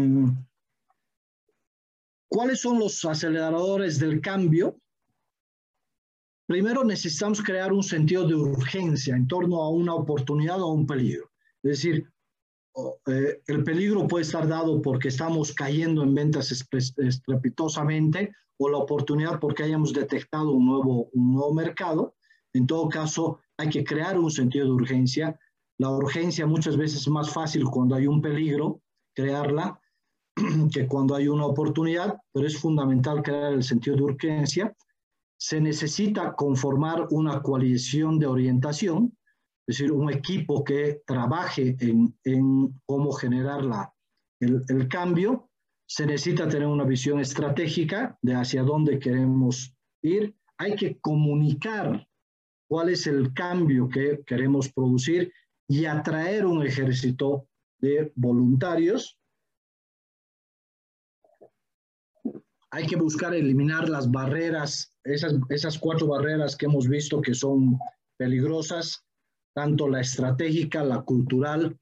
B: ¿Cuáles son los aceleradores del cambio? Primero necesitamos crear un sentido de urgencia en torno a una oportunidad o a un peligro. Es decir, eh, el peligro puede estar dado porque estamos cayendo en ventas estrepitosamente o la oportunidad porque hayamos detectado un nuevo, un nuevo mercado. En todo caso, hay que crear un sentido de urgencia. La urgencia muchas veces es más fácil cuando hay un peligro, crearla, que cuando hay una oportunidad, pero es fundamental crear el sentido de urgencia. Se necesita conformar una coalición de orientación, es decir, un equipo que trabaje en, en cómo generar la, el, el cambio. Se necesita tener una visión estratégica de hacia dónde queremos ir. Hay que comunicar cuál es el cambio que queremos producir y atraer un ejército de voluntarios. Hay que buscar eliminar las barreras, esas, esas cuatro barreras que hemos visto que son peligrosas, tanto la estratégica, la cultural,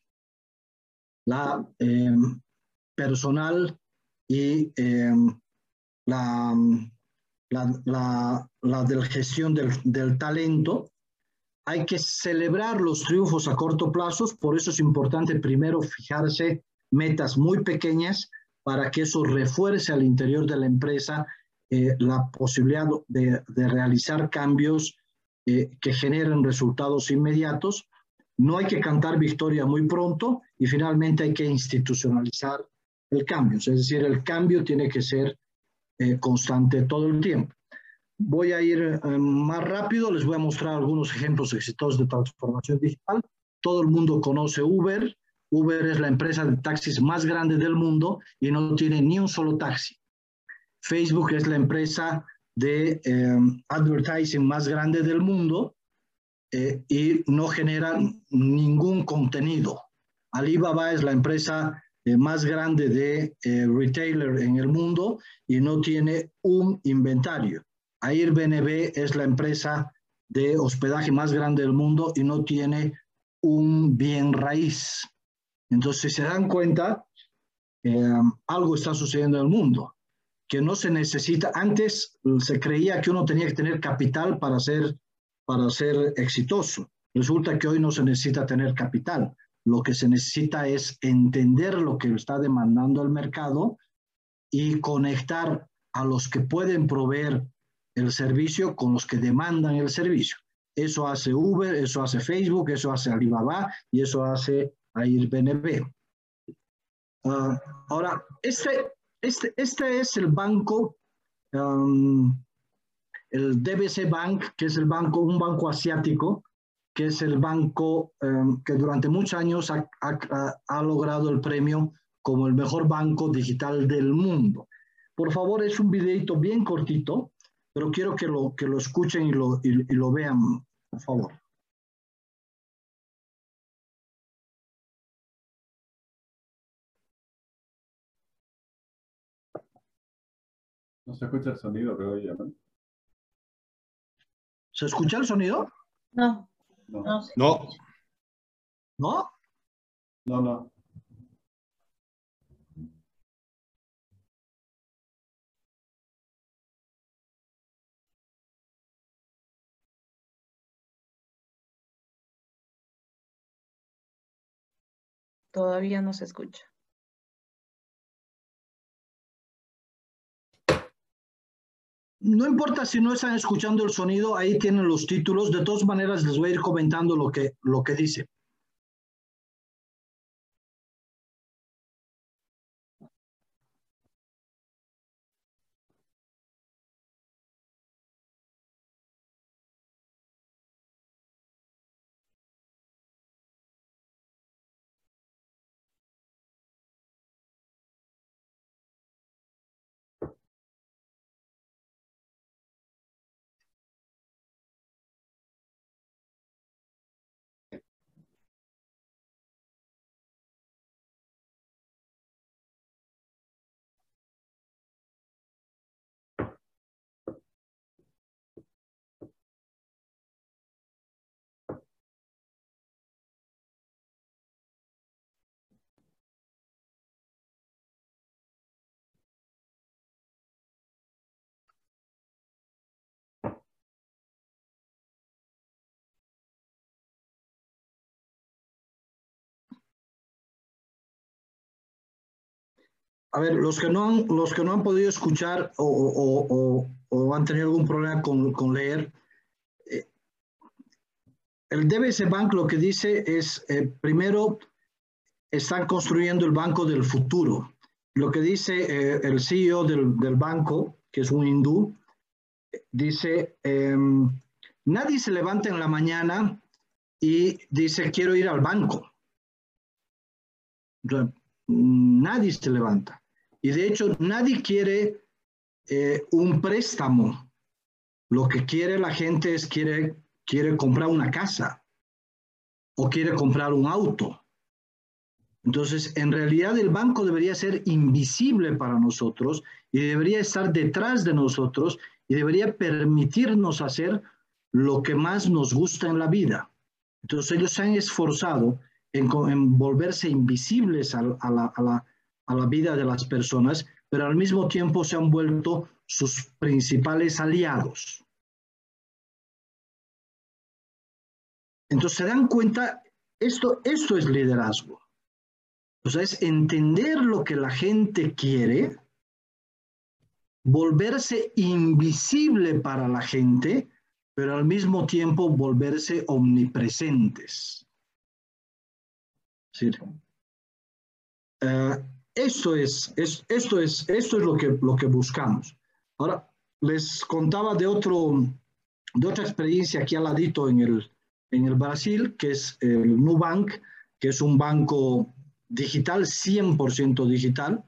B: la eh, personal y eh, la, la, la, la de la gestión del, del talento. Hay que celebrar los triunfos a corto plazo, por eso es importante primero fijarse metas muy pequeñas para que eso refuerce al interior de la empresa eh, la posibilidad de, de realizar cambios eh, que generen resultados inmediatos. No hay que cantar victoria muy pronto y finalmente hay que institucionalizar el cambio, es decir, el cambio tiene que ser eh, constante todo el tiempo. Voy a ir eh, más rápido, les voy a mostrar algunos ejemplos exitosos de transformación digital. Todo el mundo conoce Uber. Uber es la empresa de taxis más grande del mundo y no tiene ni un solo taxi. Facebook es la empresa de eh, advertising más grande del mundo eh, y no genera ningún contenido. Alibaba es la empresa eh, más grande de eh, retailer en el mundo y no tiene un inventario. Airbnb es la empresa de hospedaje más grande del mundo y no tiene un bien raíz. Entonces, si se dan cuenta, eh, algo está sucediendo en el mundo, que no se necesita. Antes se creía que uno tenía que tener capital para ser, para ser exitoso. Resulta que hoy no se necesita tener capital. Lo que se necesita es entender lo que está demandando el mercado y conectar a los que pueden proveer el servicio con los que demandan el servicio. Eso hace Uber, eso hace Facebook, eso hace Alibaba y eso hace Airbnb. Uh, ahora, este, este, este es el banco, um, el D B C Bank, que es el banco, un banco asiático, que es el banco um, que durante muchos años ha, ha, ha logrado el premio como el mejor banco digital del mundo. Por favor, es un videito bien cortito, pero quiero que lo, que lo escuchen y lo, y, y lo vean, por favor.
A: No se escucha el sonido, creo yo, ¿no?
B: ¿Se escucha el sonido?
C: No.
A: No.
C: No.
D: No.
B: ¿No?
A: No, no.
C: Todavía no se escucha.
B: No importa si no están escuchando el sonido, ahí tienen los títulos. De todas maneras, les voy a ir comentando lo que, lo que dice. A ver, los que no han, los que no han podido escuchar o, o, o, o han tenido algún problema con, con leer, eh, el D B S Bank lo que dice es, eh, primero, están construyendo el banco del futuro. Lo que dice eh, el C E O del, del banco, que es un hindú, dice, eh, nadie se levanta en la mañana y dice, quiero ir al banco. O sea, nadie se levanta. Y de hecho, nadie quiere eh, un préstamo. Lo que quiere la gente es quiere, quiere comprar una casa o quiere comprar un auto. Entonces, en realidad el banco debería ser invisible para nosotros y debería estar detrás de nosotros y debería permitirnos hacer lo que más nos gusta en la vida. Entonces, ellos se han esforzado en, en volverse invisibles a, a, la, a, la, a la vida de las personas, pero al mismo tiempo se han vuelto sus principales aliados. Entonces, se dan cuenta, esto, esto es liderazgo. O sea, es entender lo que la gente quiere, volverse invisible para la gente, pero al mismo tiempo volverse omnipresentes. ¿Sí? Uh, esto es, es, esto es, esto es lo, que, lo que buscamos. Ahora, les contaba de, otro, de otra experiencia aquí al ladito en el, en el Brasil, que es el Nubank, que es un banco digital, cien por ciento digital.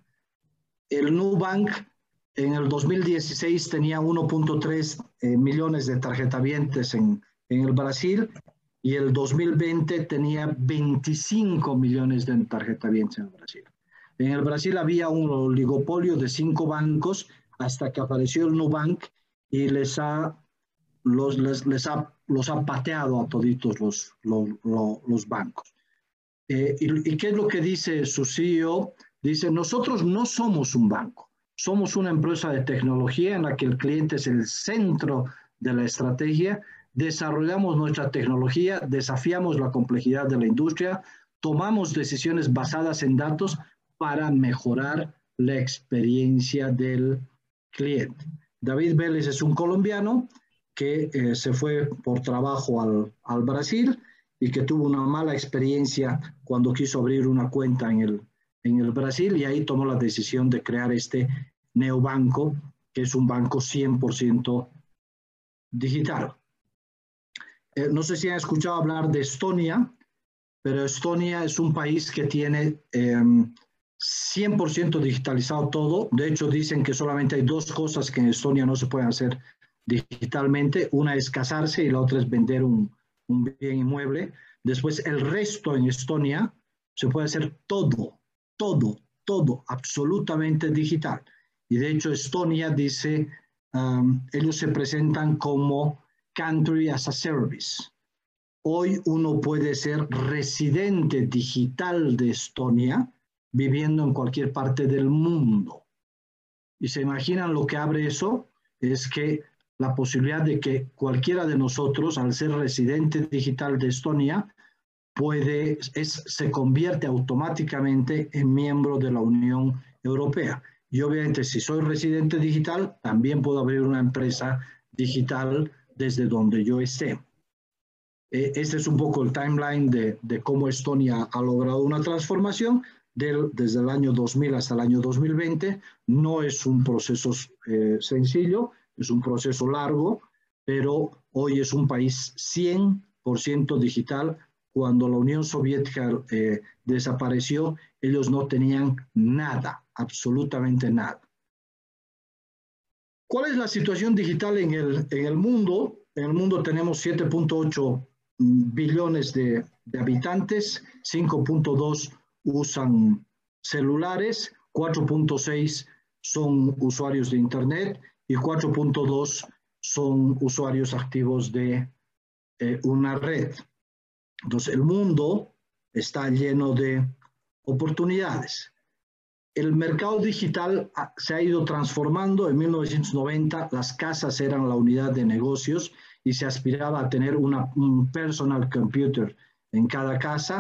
B: El Nubank en el dos mil dieciséis tenía uno punto tres eh, millones de tarjetavientes en, en el Brasil y el dos mil veinte tenía veinticinco millones de tarjetavientes en el Brasil. En el Brasil había un oligopolio de cinco bancos hasta que apareció el Nubank y les ha, los, les, les ha, los ha pateado a toditos los, los, los, los bancos. Eh, y, ¿Y qué es lo que dice su C E O? Dice, nosotros no somos un banco, somos una empresa de tecnología en la que el cliente es el centro de la estrategia, desarrollamos nuestra tecnología, desafiamos la complejidad de la industria, tomamos decisiones basadas en datos para mejorar la experiencia del cliente. David Vélez es un colombiano que eh, se fue por trabajo al, al Brasil y que tuvo una mala experiencia cuando quiso abrir una cuenta en el, en el Brasil y ahí tomó la decisión de crear este neobanco, que es un banco cien por ciento digital. Eh, no sé si han escuchado hablar de Estonia, pero Estonia es un país que tiene eh, cien por ciento digitalizado todo. De hecho, dicen que solamente hay dos cosas que en Estonia no se pueden hacer digitalmente. Una es casarse y la otra es vender un un bien inmueble. Después el resto en Estonia se puede hacer todo, todo, todo, absolutamente digital. Y de hecho Estonia dice, um, ellos se presentan como Country as a Service. Hoy uno puede ser residente digital de Estonia viviendo en cualquier parte del mundo. Y se imaginan lo que abre eso, es que la posibilidad de que cualquiera de nosotros, al ser residente digital de Estonia, puede, es, se convierte automáticamente en miembro de la Unión Europea. Y obviamente, si soy residente digital, también puedo abrir una empresa digital desde donde yo esté. Eh, este es un poco el timeline de, de cómo Estonia ha logrado una transformación del, desde el año dos mil hasta el año dos mil veinte. No es un proceso eh, sencillo, es un proceso largo, pero hoy es un país cien por ciento digital. Cuando la Unión Soviética eh, desapareció, ellos no tenían nada, absolutamente nada. ¿Cuál es la situación digital en el, en el mundo? En el mundo tenemos siete punto ocho billones de, de habitantes, cinco punto dos usan celulares, cuatro punto seis son usuarios de Internet, y cuatro punto dos son usuarios activos de eh, una red. Entonces, el mundo está lleno de oportunidades. El mercado digital se ha ido transformando. En mil novecientos noventa, las casas eran la unidad de negocios y se aspiraba a tener una, un personal computer en cada casa.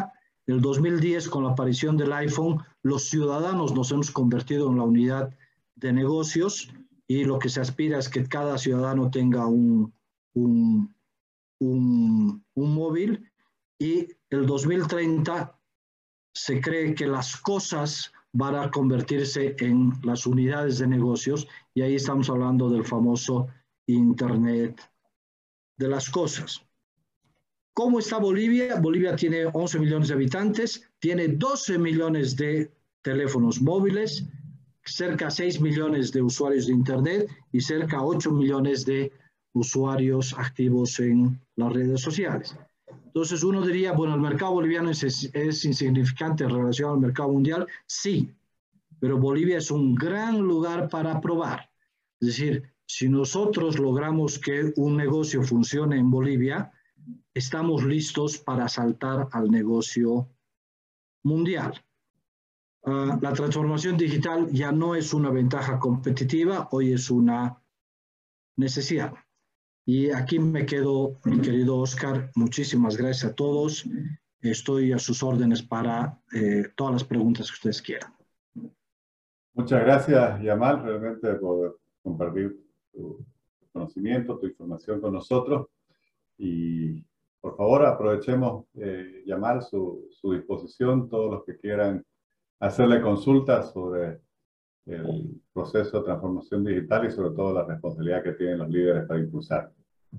B: En el dos mil diez, con la aparición del iPhone, los ciudadanos nos hemos convertido en la unidad de negocios y lo que se aspira es que cada ciudadano tenga un, un, un, un móvil, y el dos mil treinta se cree que las cosas van a convertirse en las unidades de negocios, y ahí estamos hablando del famoso Internet de las cosas. ¿Cómo está Bolivia? Bolivia tiene once millones de habitantes, tiene doce millones de teléfonos móviles, cerca de seis millones de usuarios de Internet y cerca de ocho millones de usuarios activos en las redes sociales. Entonces uno diría, bueno, el mercado boliviano es, es insignificante en relación al mercado mundial. Sí, pero Bolivia es un gran lugar para probar. Es decir, si nosotros logramos que un negocio funcione en Bolivia, estamos listos para saltar al negocio mundial. Uh, la transformación digital ya no es una ventaja competitiva, hoy es una necesidad. Y aquí me quedo, mi querido Oscar. Muchísimas gracias a todos. Estoy a sus órdenes para eh, todas las preguntas que ustedes quieran.
A: Muchas gracias, Yamal, realmente por compartir tu conocimiento, tu información con nosotros. Y por favor, aprovechemos, eh, Yamal, su, su disposición, todos los que quieran hacerle consultas sobre el proceso de transformación digital y sobre todo la responsabilidad que tienen los líderes para impulsar.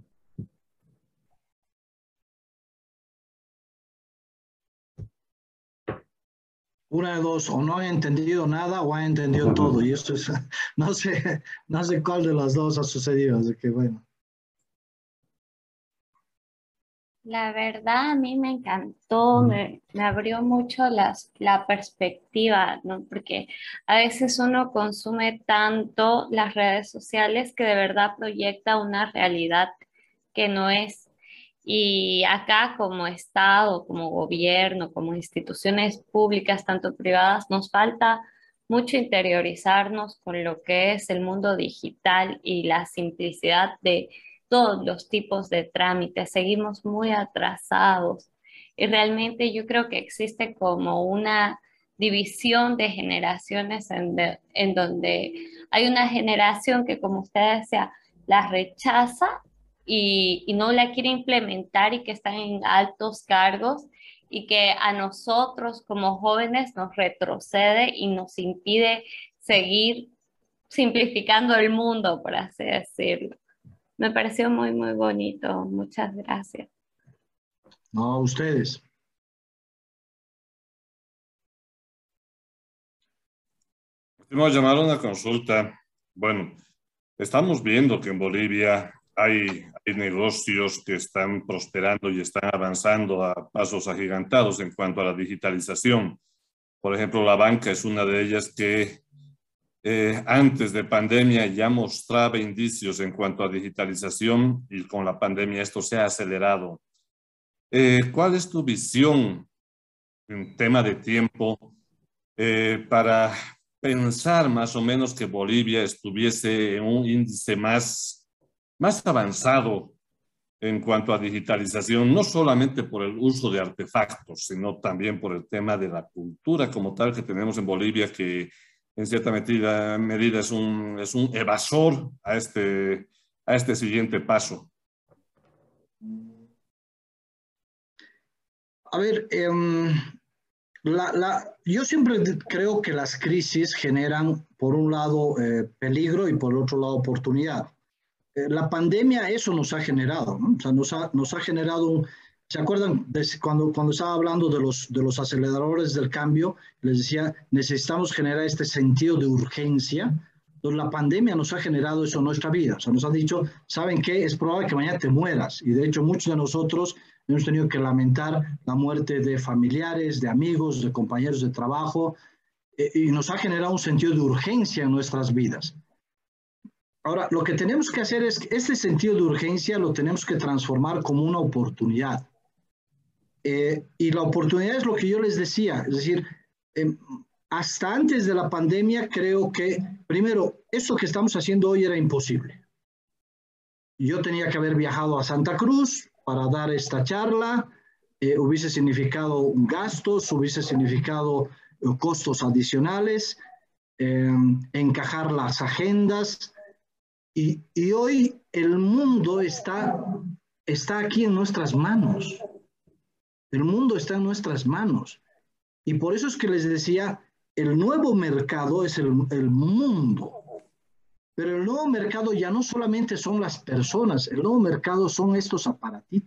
B: Una de dos, o no han entendido nada o han entendido todo, y esto es, no sé, no sé cuál de las dos ha sucedido, así que bueno.
E: La verdad a mí me encantó, me, me abrió mucho las, la perspectiva, ¿no? Porque a veces uno consume tanto las redes sociales que de verdad proyecta una realidad que no es. Y acá como Estado, como gobierno, como instituciones públicas, tanto privadas, nos falta mucho interiorizarnos con lo que es el mundo digital y la simplicidad de todos los tipos de trámites. Seguimos muy atrasados y realmente yo creo que existe como una división de generaciones en, de, en donde hay una generación que, como usted decía, la rechaza y, y no la quiere implementar y que están en altos cargos y que a nosotros como jóvenes nos retrocede y nos impide seguir simplificando el mundo, por así decirlo. Me pareció muy, muy bonito. Muchas gracias.
B: No, a ustedes.
D: Hemos llamado a una consulta. Bueno, estamos viendo que en Bolivia hay, hay negocios que están prosperando y están avanzando a pasos agigantados en cuanto a la digitalización. Por ejemplo, la banca es una de ellas que Eh, antes de pandemia ya mostraba indicios en cuanto a digitalización y con la pandemia esto se ha acelerado. Eh, ¿Cuál es tu visión en tema de tiempo eh, para pensar más o menos que Bolivia estuviese en un índice más, más avanzado en cuanto a digitalización, no solamente por el uso de artefactos, sino también por el tema de la cultura como tal que tenemos en Bolivia, que en cierta medida, medida es, un, es un evasor a este, a este siguiente paso?
B: A ver, eh, la, la, yo siempre creo que las crisis generan, por un lado, eh, peligro y por otro lado, oportunidad. Eh, la pandemia eso nos ha generado, ¿no? O sea, nos ha, nos ha generado un... ¿Se acuerdan de cuando, cuando estaba hablando de los, de los aceleradores del cambio? Les decía, necesitamos generar este sentido de urgencia. Entonces, la pandemia nos ha generado eso en nuestra vida. O sea, nos ha dicho, ¿saben qué? Es probable que mañana te mueras. Y de hecho, muchos de nosotros hemos tenido que lamentar la muerte de familiares, de amigos, de compañeros de trabajo. Eh, y nos ha generado un sentido de urgencia en nuestras vidas. Ahora, lo que tenemos que hacer es que este sentido de urgencia lo tenemos que transformar como una oportunidad. Eh, y la oportunidad es lo que yo les decía, es decir, eh, hasta antes de la pandemia creo que, primero, eso que estamos haciendo hoy era imposible. Yo tenía que haber viajado a Santa Cruz para dar esta charla, eh, hubiese significado gastos, hubiese significado eh, costos adicionales, eh, encajar las agendas, y, y hoy el mundo está, está aquí en nuestras manos. El mundo está en nuestras manos. Y por eso es que les decía, el nuevo mercado es el, el mundo. Pero el nuevo mercado ya no solamente son las personas, el nuevo mercado son estos aparatitos.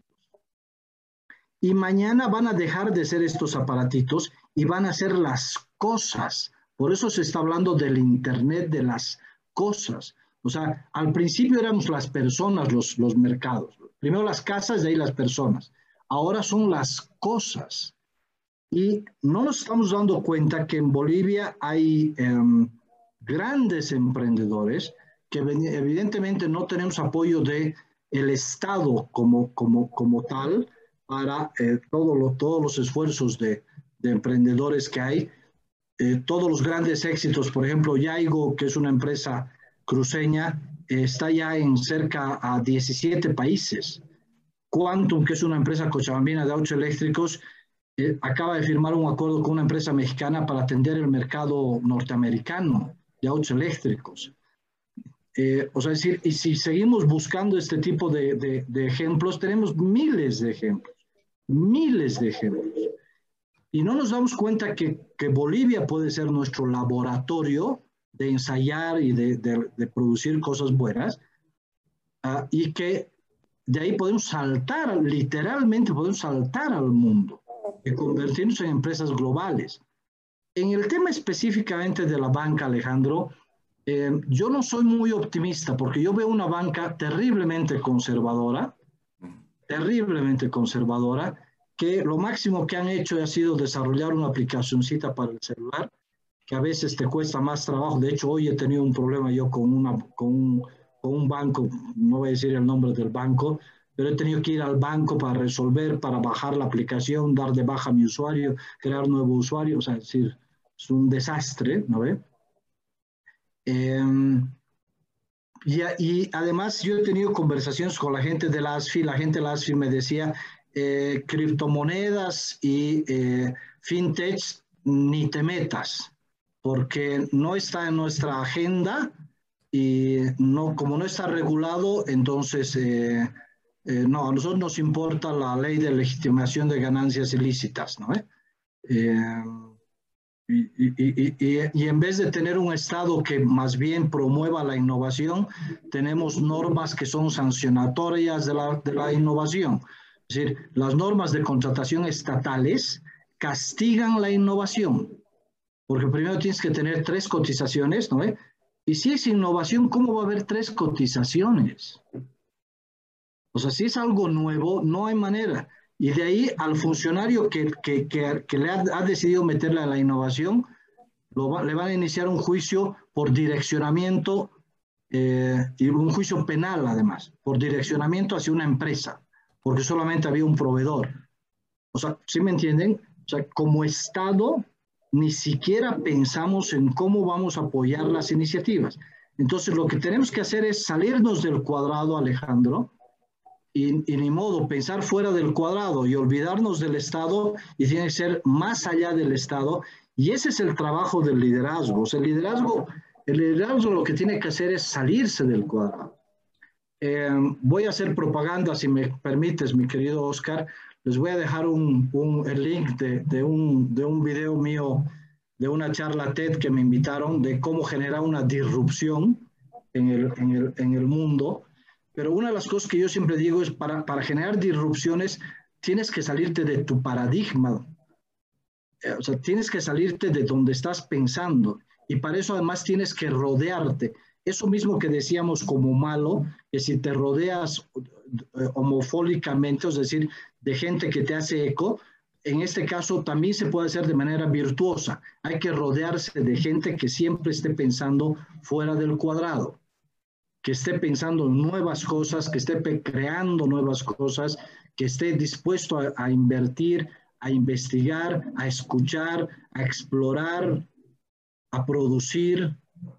B: Y mañana van a dejar de ser estos aparatitos y van a ser las cosas. Por eso se está hablando del Internet de las cosas. O sea, al principio éramos las personas, los, los mercados. Primero las casas, de ahí las personas. Ahora son las cosas. Y no nos estamos dando cuenta que en Bolivia hay eh, grandes emprendedores que evidentemente no tenemos apoyo del Estado como, como, como tal para eh, todo lo, todos los esfuerzos de, de emprendedores que hay. Eh, todos los grandes éxitos, por ejemplo, Yaigo, que es una empresa cruceña, eh, está ya en cerca a diecisiete países. Quantum, que es una empresa cochabambina de autos eléctricos, eh, acaba de firmar un acuerdo con una empresa mexicana para atender el mercado norteamericano de autos eléctricos. Eh, o sea, es decir, y si seguimos buscando este tipo de, de, de ejemplos, tenemos miles de ejemplos, miles de ejemplos. Y no nos damos cuenta que, que Bolivia puede ser nuestro laboratorio de ensayar y de, de, de producir cosas buenas, uh, y que de ahí podemos saltar, literalmente podemos saltar al mundo y convertirnos en empresas globales. En el tema específicamente de la banca, Alejandro, eh, yo no soy muy optimista porque yo veo una banca terriblemente conservadora, terriblemente conservadora, que lo máximo que han hecho ha sido desarrollar una aplicacioncita para el celular, que a veces te cuesta más trabajo. De hecho, hoy he tenido un problema yo con, una, con, un, con un banco, no voy a decir el nombre del banco, pero he tenido que ir al banco para resolver, para bajar la aplicación, dar de baja a mi usuario, crear nuevo usuario, o sea, es decir, es un desastre, ¿no ve? Eh, y, y además yo he tenido conversaciones con la gente de la ASFI, la gente de la ASFI me decía, eh, criptomonedas y eh, fintech, ni te metas, porque no está en nuestra agenda y no, como no está regulado, entonces eh, eh, no, a nosotros nos importa la ley de legitimación de ganancias ilícitas, ¿no? ¿Eh? Eh, y, y, y, y, y en vez de tener un Estado que más bien promueva la innovación, tenemos normas que son sancionatorias de la, de la innovación. Es decir, las normas de contratación estatales castigan la innovación, porque primero tienes que tener tres cotizaciones, ¿no? ¿Eh? Y si es innovación, ¿cómo va a haber tres cotizaciones? O sea, si es algo nuevo, no hay manera. Y de ahí al funcionario que, que, que, que le ha, ha decidido meterle a la innovación, lo va, le van a iniciar un juicio por direccionamiento, eh, y un juicio penal además, por direccionamiento hacia una empresa, porque solamente había un proveedor. O sea, ¿sí me entienden? O sea, como Estado, ni siquiera pensamos en cómo vamos a apoyar las iniciativas. Entonces, lo que tenemos que hacer es salirnos del cuadrado, Alejandro, y, y ni modo, pensar fuera del cuadrado y olvidarnos del Estado, y tiene que ser más allá del Estado, y ese es el trabajo del liderazgo. O sea, el liderazgo, el liderazgo lo que tiene que hacer es salirse del cuadrado. Eh, voy a hacer propaganda, si me permites, mi querido Oscar. Les voy a dejar un, un, el link de, de, un, de un video mío, de una charla TED que me invitaron, de cómo generar una disrupción en el, en el, en el mundo. Pero una de las cosas que yo siempre digo es, para, para generar disrupciones, tienes que salirte de tu paradigma. O sea, tienes que salirte de donde estás pensando. Y para eso además tienes que rodearte. Eso mismo que decíamos como malo, que si te rodeas homofólicamente, es decir, de gente que te hace eco, en este caso también se puede hacer de manera virtuosa. Hay que rodearse de gente que siempre esté pensando fuera del cuadrado, que esté pensando en nuevas cosas, que esté creando nuevas cosas, que esté dispuesto a, a invertir, a investigar, a escuchar, a explorar, a producir,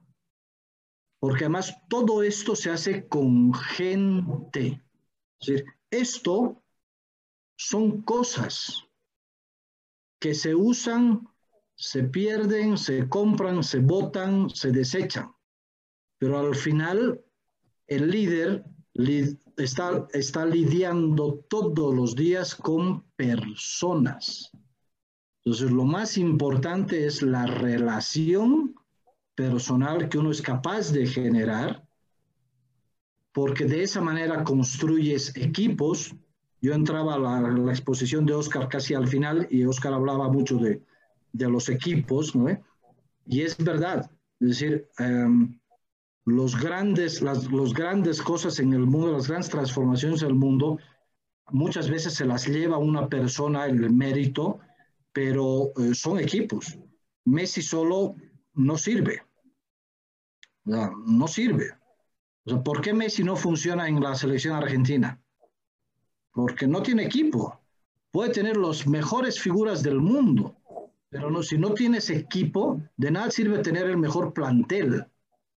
B: porque además todo esto se hace con gente. Es decir, esto son cosas que se usan, se pierden, se compran, se botan, se desechan. Pero al final, el líder li- está, está lidiando todos los días con personas. Entonces, lo más importante es la relación personal que uno es capaz de generar, porque de esa manera construyes equipos. Yo entraba a la, la exposición de Oscar casi al final y Oscar hablaba mucho de, de los equipos, ¿no? Y es verdad, es decir, um, los grandes, las los grandes cosas en el mundo, las grandes transformaciones del mundo, muchas veces se las lleva una persona el mérito, pero eh, son equipos. Messi solo no sirve, no, no sirve. O sea, ¿por qué Messi no funciona en la selección argentina? Porque no tiene equipo. Puede tener las mejores figuras del mundo, pero no, si no tienes equipo, de nada sirve tener el mejor plantel.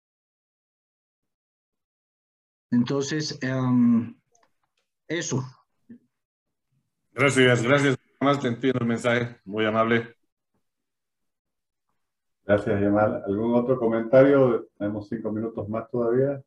B: Entonces, um, eso.
D: Gracias, gracias. Más te entiendo el mensaje, muy amable.
A: Gracias, Yamal. ¿Algún otro comentario? Tenemos cinco minutos más todavía.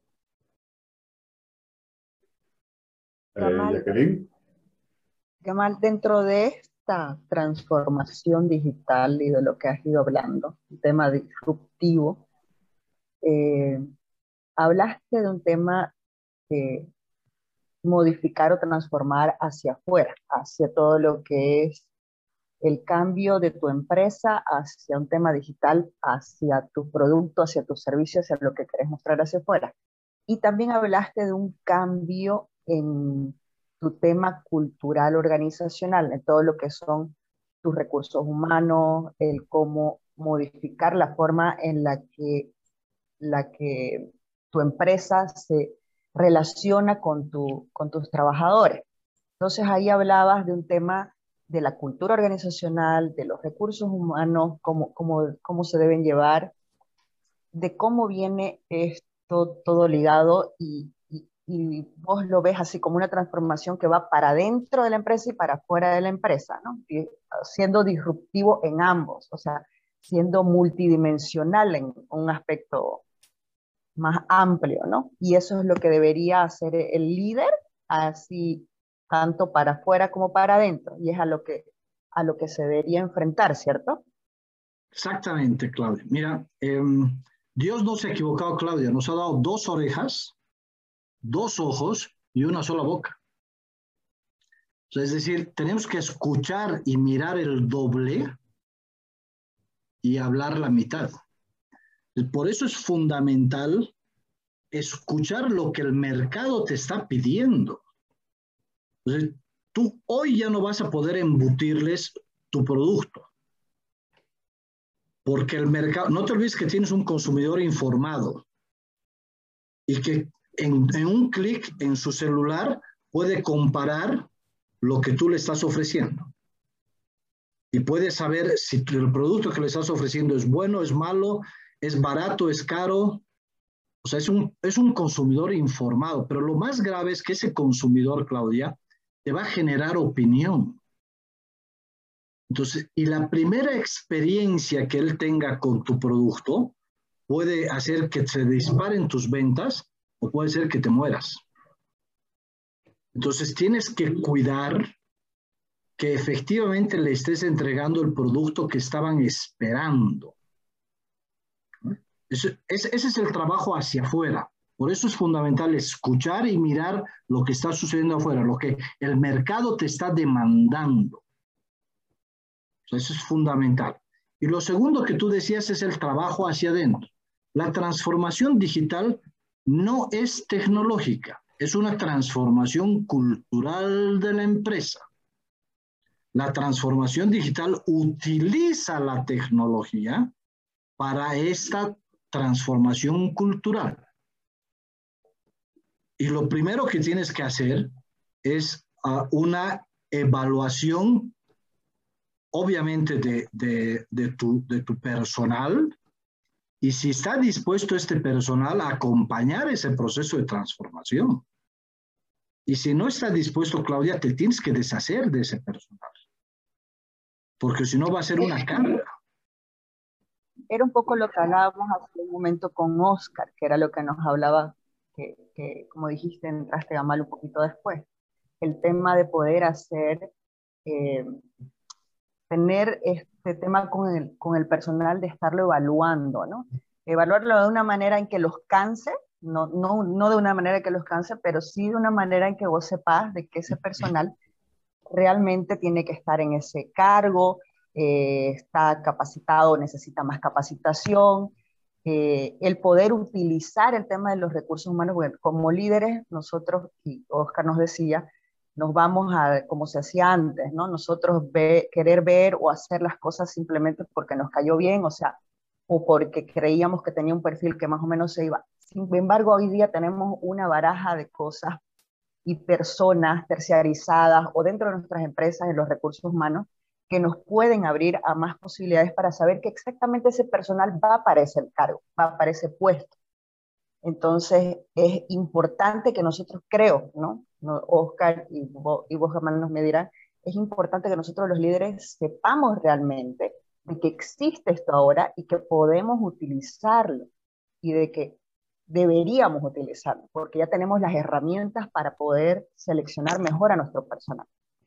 F: Yamal,
A: Eh, Jacqueline.
F: Yamal, dentro de esta transformación digital y de lo que has ido hablando, un tema disruptivo, eh, hablaste de un tema de modificar o transformar hacia afuera, hacia todo lo que es el cambio de tu empresa hacia un tema digital, hacia tu producto, hacia tu servicio, hacia lo que querés mostrar hacia afuera. Y también hablaste de un cambio en tu tema cultural organizacional, en todo lo que son tus recursos humanos, el cómo modificar la forma en la que, la que tu empresa se relaciona con, tu, con tus trabajadores. Entonces ahí hablabas de un tema de la cultura organizacional, de los recursos humanos, cómo, cómo, cómo se deben llevar, de cómo viene esto todo ligado y, y, y vos lo ves así como una transformación que va para dentro de la empresa y para fuera de la empresa, ¿no? Y siendo disruptivo en ambos, o sea, siendo multidimensional en un aspecto más amplio, ¿no? Y eso es lo que debería hacer el líder, así tanto para afuera como para adentro, y es a lo que, a lo que se debería enfrentar, ¿cierto?
B: Exactamente, Claudia. Mira, eh, Dios no se ha equivocado, Claudia. Nos ha dado dos orejas, dos ojos y una sola boca. O sea, es decir, tenemos que escuchar y mirar el doble y hablar la mitad. Por eso es fundamental escuchar lo que el mercado te está pidiendo. Entonces, tú hoy ya no vas a poder embutirles tu producto. Porque el mercado, no te olvides que tienes un consumidor informado y que en, en un clic en su celular puede comparar lo que tú le estás ofreciendo. Y puede saber si el producto que le estás ofreciendo es bueno, es malo, es barato, es caro. O sea, es un, es un consumidor informado. Pero lo más grave es que ese consumidor, Claudia, te va a generar opinión. Entonces, y la primera experiencia que él tenga con tu producto puede hacer que se disparen tus ventas o puede ser que te mueras. Entonces, tienes que cuidar que efectivamente le estés entregando el producto que estaban esperando. Ese, ese es el trabajo hacia afuera. Por eso es fundamental escuchar y mirar lo que está sucediendo afuera, lo que el mercado te está demandando. Eso es fundamental. Y lo segundo que tú decías es el trabajo hacia adentro. La transformación digital no es tecnológica, es una transformación cultural de la empresa. La transformación digital utiliza la tecnología para esta transformación cultural. Y lo primero que tienes que hacer es uh, una evaluación obviamente de, de, de, tu, de tu personal, y si está dispuesto este personal a acompañar ese proceso de transformación. Y si no estás dispuesto, Claudia, te tienes que deshacer de ese personal. Porque si no va a ser una carga.
F: Era un poco lo que hablábamos hace un momento con Oscar, que era lo que nos hablaba, que, que como dijiste, entraste a mal un poquito después. El tema de poder hacer, eh, tener este tema con el, con el personal, de estarlo evaluando, ¿no? Evaluarlo de una manera en que los canse, no, no, no de una manera que los canse, pero sí de una manera en que vos sepas de que ese personal realmente tiene que estar en ese cargo, eh, está capacitado, necesita más capacitación, eh, el poder utilizar el tema de los recursos humanos. Bueno, como líderes, nosotros, y Oscar nos decía, nos vamos a, como se hacía antes, ¿no? Nosotros ve, querer ver o hacer las cosas simplemente porque nos cayó bien, o sea, o porque creíamos que tenía un perfil que más o menos se iba. Sin embargo, hoy día tenemos una baraja de cosas y personas terciarizadas o dentro de nuestras empresas en los recursos humanos que nos pueden abrir a más posibilidades para saber que exactamente ese personal va para ese cargo, va para ese puesto. Entonces es importante que nosotros, creo, ¿no? Oscar y vos, y vos jamás nos me dirán, es importante que nosotros los líderes sepamos realmente de que existe esto ahora y que podemos utilizarlo y de que deberíamos utilizarlo, porque ya tenemos las herramientas para poder seleccionar mejor a nuestro personal.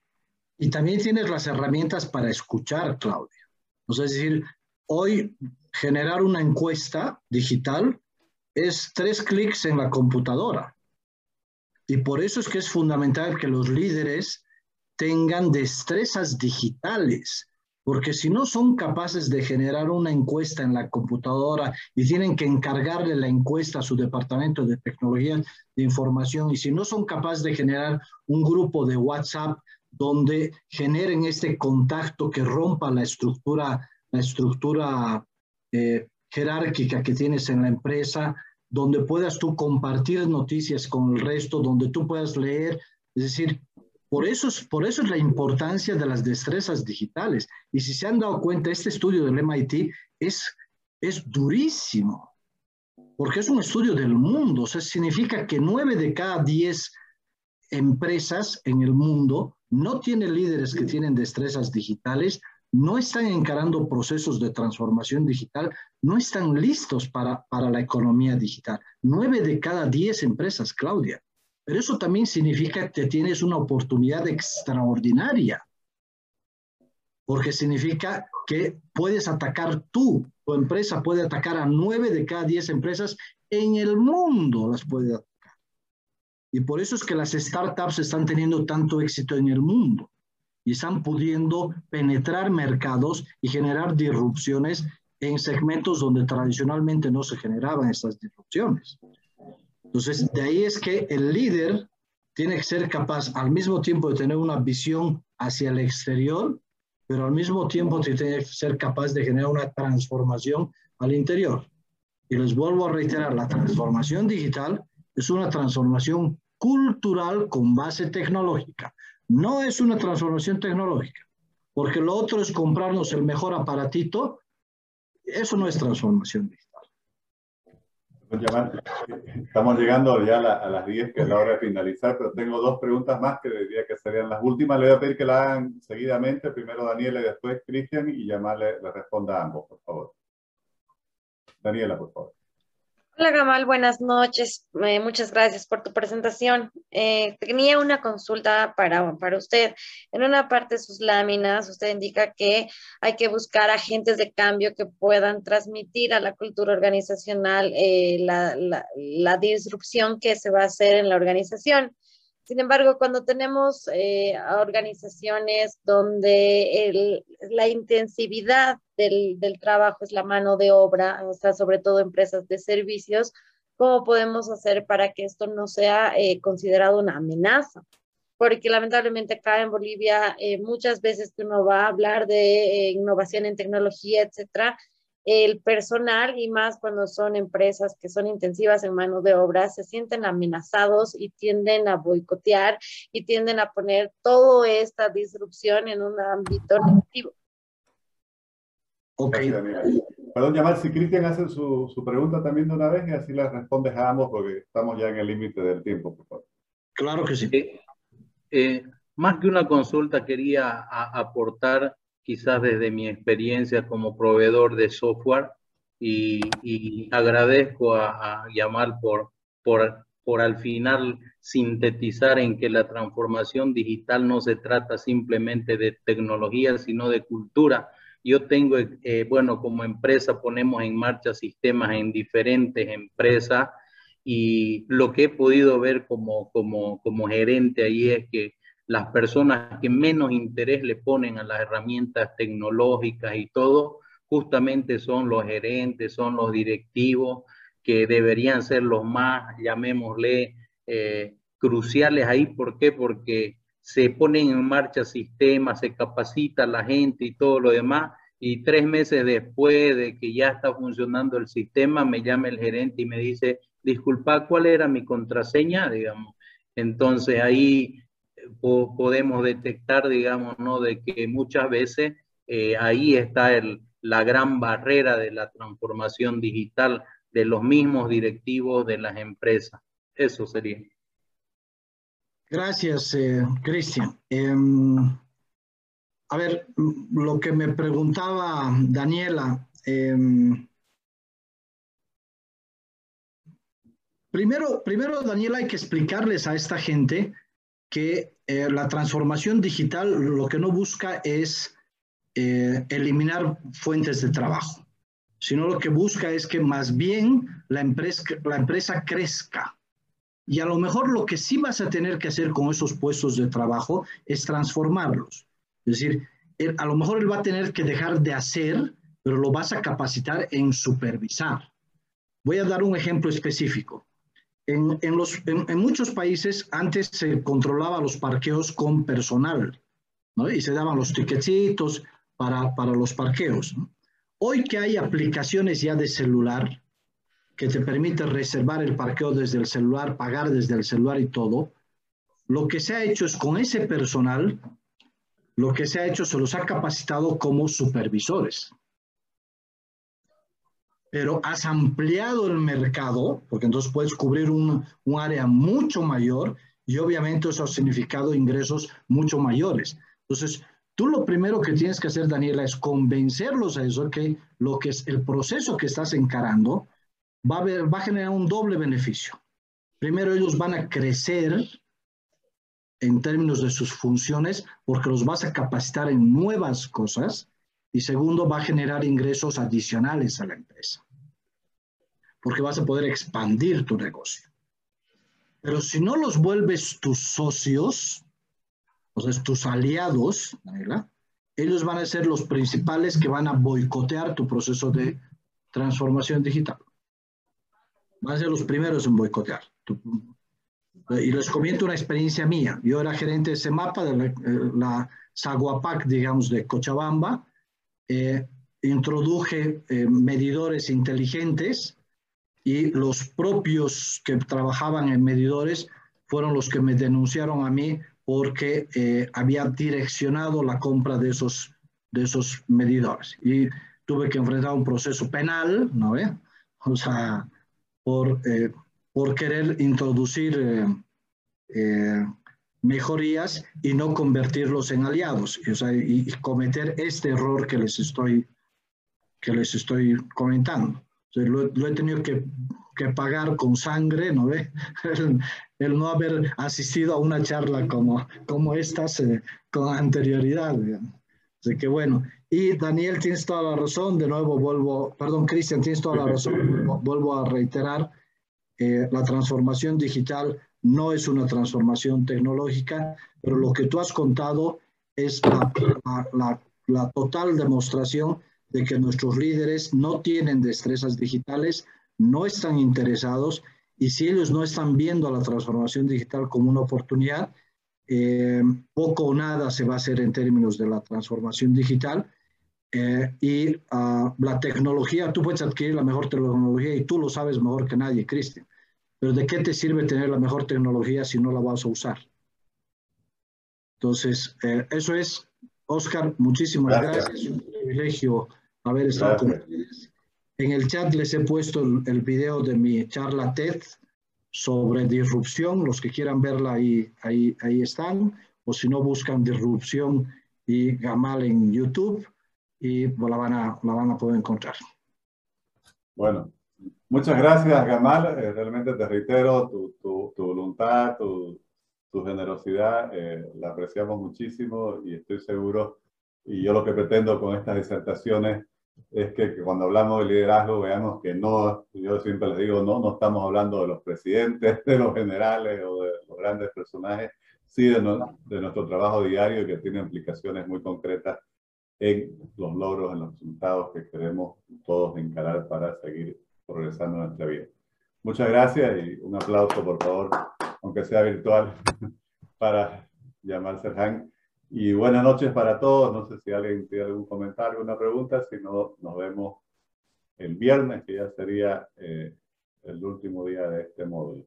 B: Y también tienes las herramientas para escuchar, Claudia. O sea, es decir, hoy generar una encuesta digital es tres clics en la computadora. Y por eso es que es fundamental que los líderes tengan destrezas digitales, porque si no son capaces de generar una encuesta en la computadora y tienen que encargarle la encuesta a su departamento de tecnología de información, y si no son capaces de generar un grupo de WhatsApp donde generen este contacto que rompa la estructura, la estructura eh, jerárquica que tienes en la empresa, donde puedas tú compartir noticias con el resto, donde tú puedas leer, es decir, por eso, es, por eso es la importancia de las destrezas digitales. Y si se han dado cuenta, este estudio del M I T es, es durísimo, porque es un estudio del mundo. O sea, significa que nueve de cada diez empresas en el mundo no tienen líderes que tienen destrezas digitales, no están encarando procesos de transformación digital, no están listos para, para la economía digital. Nueve de cada diez empresas, Claudia. Pero eso también significa que tienes una oportunidad extraordinaria, porque significa que puedes atacar tú, tu empresa puede atacar a nueve de cada diez empresas en el mundo, las puede atacar. Y por eso es que las startups están teniendo tanto éxito en el mundo y están pudiendo penetrar mercados y generar disrupciones en segmentos donde tradicionalmente no se generaban estas disrupciones. Entonces, de ahí es que el líder tiene que ser capaz al mismo tiempo de tener una visión hacia el exterior, pero al mismo tiempo tiene que ser capaz de generar una transformación al interior. Y les vuelvo a reiterar, la transformación digital es una transformación cultural con base tecnológica. No es una transformación tecnológica, porque lo otro es comprarnos el mejor aparatito. Eso no es transformación digital.
A: Estamos llegando ya a, la, a las diez, que es la hora de finalizar, pero tengo dos preguntas más que diría que serían las últimas. Le voy a pedir que la hagan seguidamente. Primero Daniela y después Cristian, y Yamal le, le responda a ambos, por favor. Daniela, por favor.
C: Hola Gamal, buenas noches. Eh, muchas gracias por tu presentación. Eh, tenía una consulta para, para usted. En una parte de sus láminas, usted indica que hay que buscar agentes de cambio que puedan transmitir a la cultura organizacional eh, la, la, la disrupción que se va a hacer en la organización. Sin embargo, cuando tenemos eh, organizaciones donde el, la intensividad del, del trabajo es la mano de obra, o sea, sobre todo empresas de servicios, ¿cómo podemos hacer para que esto no sea eh, considerado una amenaza? Porque lamentablemente acá en Bolivia, eh, muchas veces que uno va a hablar de eh, innovación en tecnología, etcétera, el personal, y más cuando son empresas que son intensivas en mano de obra, se sienten amenazados y tienden a boicotear y tienden a poner toda esta disrupción en un ámbito negativo.
A: Ok. Perdón, Yamal, si Cristian hace su, su pregunta también de una vez y así la respondes a ambos, porque estamos ya en el límite del tiempo, por favor.
B: Claro que sí.
G: Eh, eh, más que una consulta, quería a, aportar quizás desde mi experiencia como proveedor de software y, y agradezco a, a Yamal por, por, por al final sintetizar en que la transformación digital no se trata simplemente de tecnología, sino de cultura. Yo tengo, eh, bueno, como empresa ponemos en marcha sistemas en diferentes empresas y lo que he podido ver como, como, como gerente ahí es que las personas que menos interés le ponen a las herramientas tecnológicas y todo, justamente son los gerentes, son los directivos, que deberían ser los más, llamémosle, eh, cruciales ahí. ¿Por qué? Porque se ponen en marcha sistemas, se capacita a la gente y todo lo demás, y tres meses después de que ya está funcionando el sistema, me llama el gerente y me dice, disculpa, ¿cuál era mi contraseña? Digamos. Entonces ahí po podemos detectar, digamos, ¿no? De que muchas veces eh, ahí está el, la gran barrera de la transformación digital de los mismos directivos de las empresas. Eso sería.
B: Gracias, eh, Cristian. Eh, a ver, lo que me preguntaba Daniela, eh, primero, primero, Daniela, hay que explicarles a esta gente que eh, la transformación digital lo que no busca es eh, eliminar fuentes de trabajo, sino lo que busca es que más bien la empresa, la empresa crezca. Y a lo mejor lo que sí vas a tener que hacer con esos puestos de trabajo es transformarlos. Es decir, él, a lo mejor él va a tener que dejar de hacer, pero lo vas a capacitar en supervisar. Voy a dar un ejemplo específico. En, en, los, en, en muchos países antes se controlaba los parqueos con personal, ¿no? Y se daban los ticketitos para, para los parqueos, ¿no? Hoy que hay aplicaciones ya de celular que te permite reservar el parqueo desde el celular, pagar desde el celular y todo, lo que se ha hecho es con ese personal, lo que se ha hecho se los ha capacitado como supervisores. Pero has ampliado el mercado, porque entonces puedes cubrir un, un área mucho mayor y obviamente eso ha significado ingresos mucho mayores. Entonces, tú lo primero que tienes que hacer, Daniela, es convencerlos a eso, que lo que es el proceso que estás encarando va a, ver, va a generar un doble beneficio. Primero, ellos van a crecer en términos de sus funciones porque los vas a capacitar en nuevas cosas. Y segundo, va a generar ingresos adicionales a la empresa, porque vas a poder expandir tu negocio. Pero si no los vuelves tus socios, o sea, tus aliados, ¿verdad? Ellos van a ser los principales que van a boicotear tu proceso de transformación digital. Van a ser los primeros en boicotear. Y les comento una experiencia mía. Yo era gerente de CEMAPA, de la, la Saguapac, digamos, de Cochabamba. Eh, introduje eh, medidores inteligentes y los propios que trabajaban en medidores fueron los que me denunciaron a mí porque eh, había direccionado la compra de esos, de esos medidores. Y tuve que enfrentar un proceso penal, ¿no ve? O sea, por, eh, por querer introducir eh, eh, mejorías y no convertirlos en aliados, y, o sea, y, y cometer este error que les estoy, que les estoy comentando. O sea, lo, lo he tenido que, que pagar con sangre, ¿no ve? El, el no haber asistido a una charla como, como estas eh, con anterioridad, digamos. Así que bueno, y Daniel, tienes toda la razón, de nuevo vuelvo, perdón, Cristian, tienes toda la razón, vuelvo, vuelvo a reiterar, eh, la transformación digital no es una transformación tecnológica, pero lo que tú has contado es la, la, la, la total demostración de que nuestros líderes no tienen destrezas digitales, no están interesados, y si ellos no están viendo a la transformación digital como una oportunidad, eh, poco o nada se va a hacer en términos de la transformación digital. Eh, y uh, la tecnología, tú puedes adquirir la mejor tecnología y tú lo sabes mejor que nadie, Cristian. Pero ¿de qué te sirve tener la mejor tecnología si no la vas a usar? Entonces, eh, eso es, Oscar, muchísimas gracias. gracias. Es un privilegio haber estado gracias. con ustedes. En el chat les he puesto el, el video de mi charla TED sobre disrupción. Los que quieran verla ahí, ahí, ahí están, o si no buscan disrupción y Gamal en YouTube y la van a, la van a poder encontrar.
A: Bueno, muchas gracias, Gamal. Eh, realmente te reitero tu, tu, tu voluntad, tu, tu generosidad, eh, la apreciamos muchísimo y estoy seguro, y yo lo que pretendo con estas disertaciones es que, que cuando hablamos de liderazgo veamos que no, yo siempre les digo, no, no estamos hablando de los presidentes, de los generales o de los grandes personajes, sí de, no, de nuestro trabajo diario que tiene implicaciones muy concretas en los logros, en los resultados que queremos todos encarar para seguir progresando en nuestra vida. Muchas gracias y un aplauso, por favor, aunque sea virtual, para Yamal Serhán. Y buenas noches para todos. No sé si alguien tiene algún comentario, una pregunta. Si no, nos vemos el viernes, que ya sería eh, el último día de este módulo.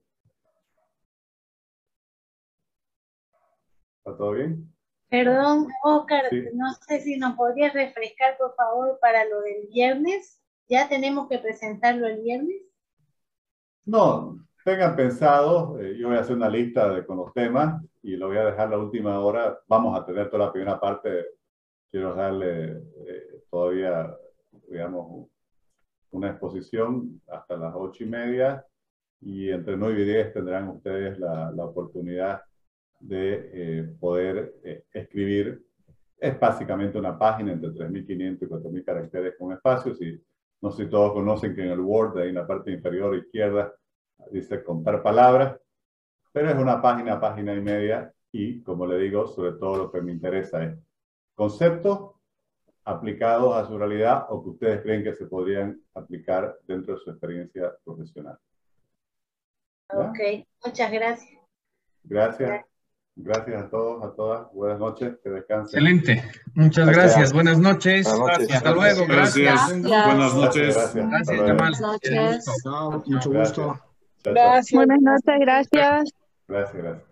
A: ¿Está todo bien?
H: Perdón, Oscar,
A: Sí.
H: No sé si nos podrías refrescar, por favor, para lo del viernes. ¿Ya tenemos que presentarlo el viernes?
A: No, tengan pensado, eh, yo voy a hacer una lista de, con los temas y lo voy a dejar la última hora. Vamos a tener toda la primera parte. Quiero darle eh, todavía, digamos, una exposición hasta las ocho y media y entre nueve y diez tendrán ustedes la, la oportunidad de eh, poder eh, escribir. Es básicamente una página entre tres mil quinientos y cuatro mil caracteres con espacios y no sé si todos conocen que en el Word, ahí en la parte inferior izquierda, dice contar palabras, pero es una página, página y media, y como le digo, sobre todo lo que me interesa es conceptos aplicados a su realidad o que ustedes creen que se podrían aplicar dentro de su experiencia profesional. ¿Ya?
H: Ok, muchas gracias.
A: Gracias. Gracias a todos, a todas. Buenas noches, que descansen.
I: Excelente. Muchas gracias. gracias. Buenas noches. Buenas noches. Hasta luego.
D: Gracias.
C: Gracias.
D: Buenas noches.
A: Gracias.
I: Gracias,
A: Yamal.
C: Buenas noches.
B: Chao, mucho gusto.
A: Gracias. Chao, chao.
J: Gracias. Buenas noches, gracias.
A: Gracias, gracias.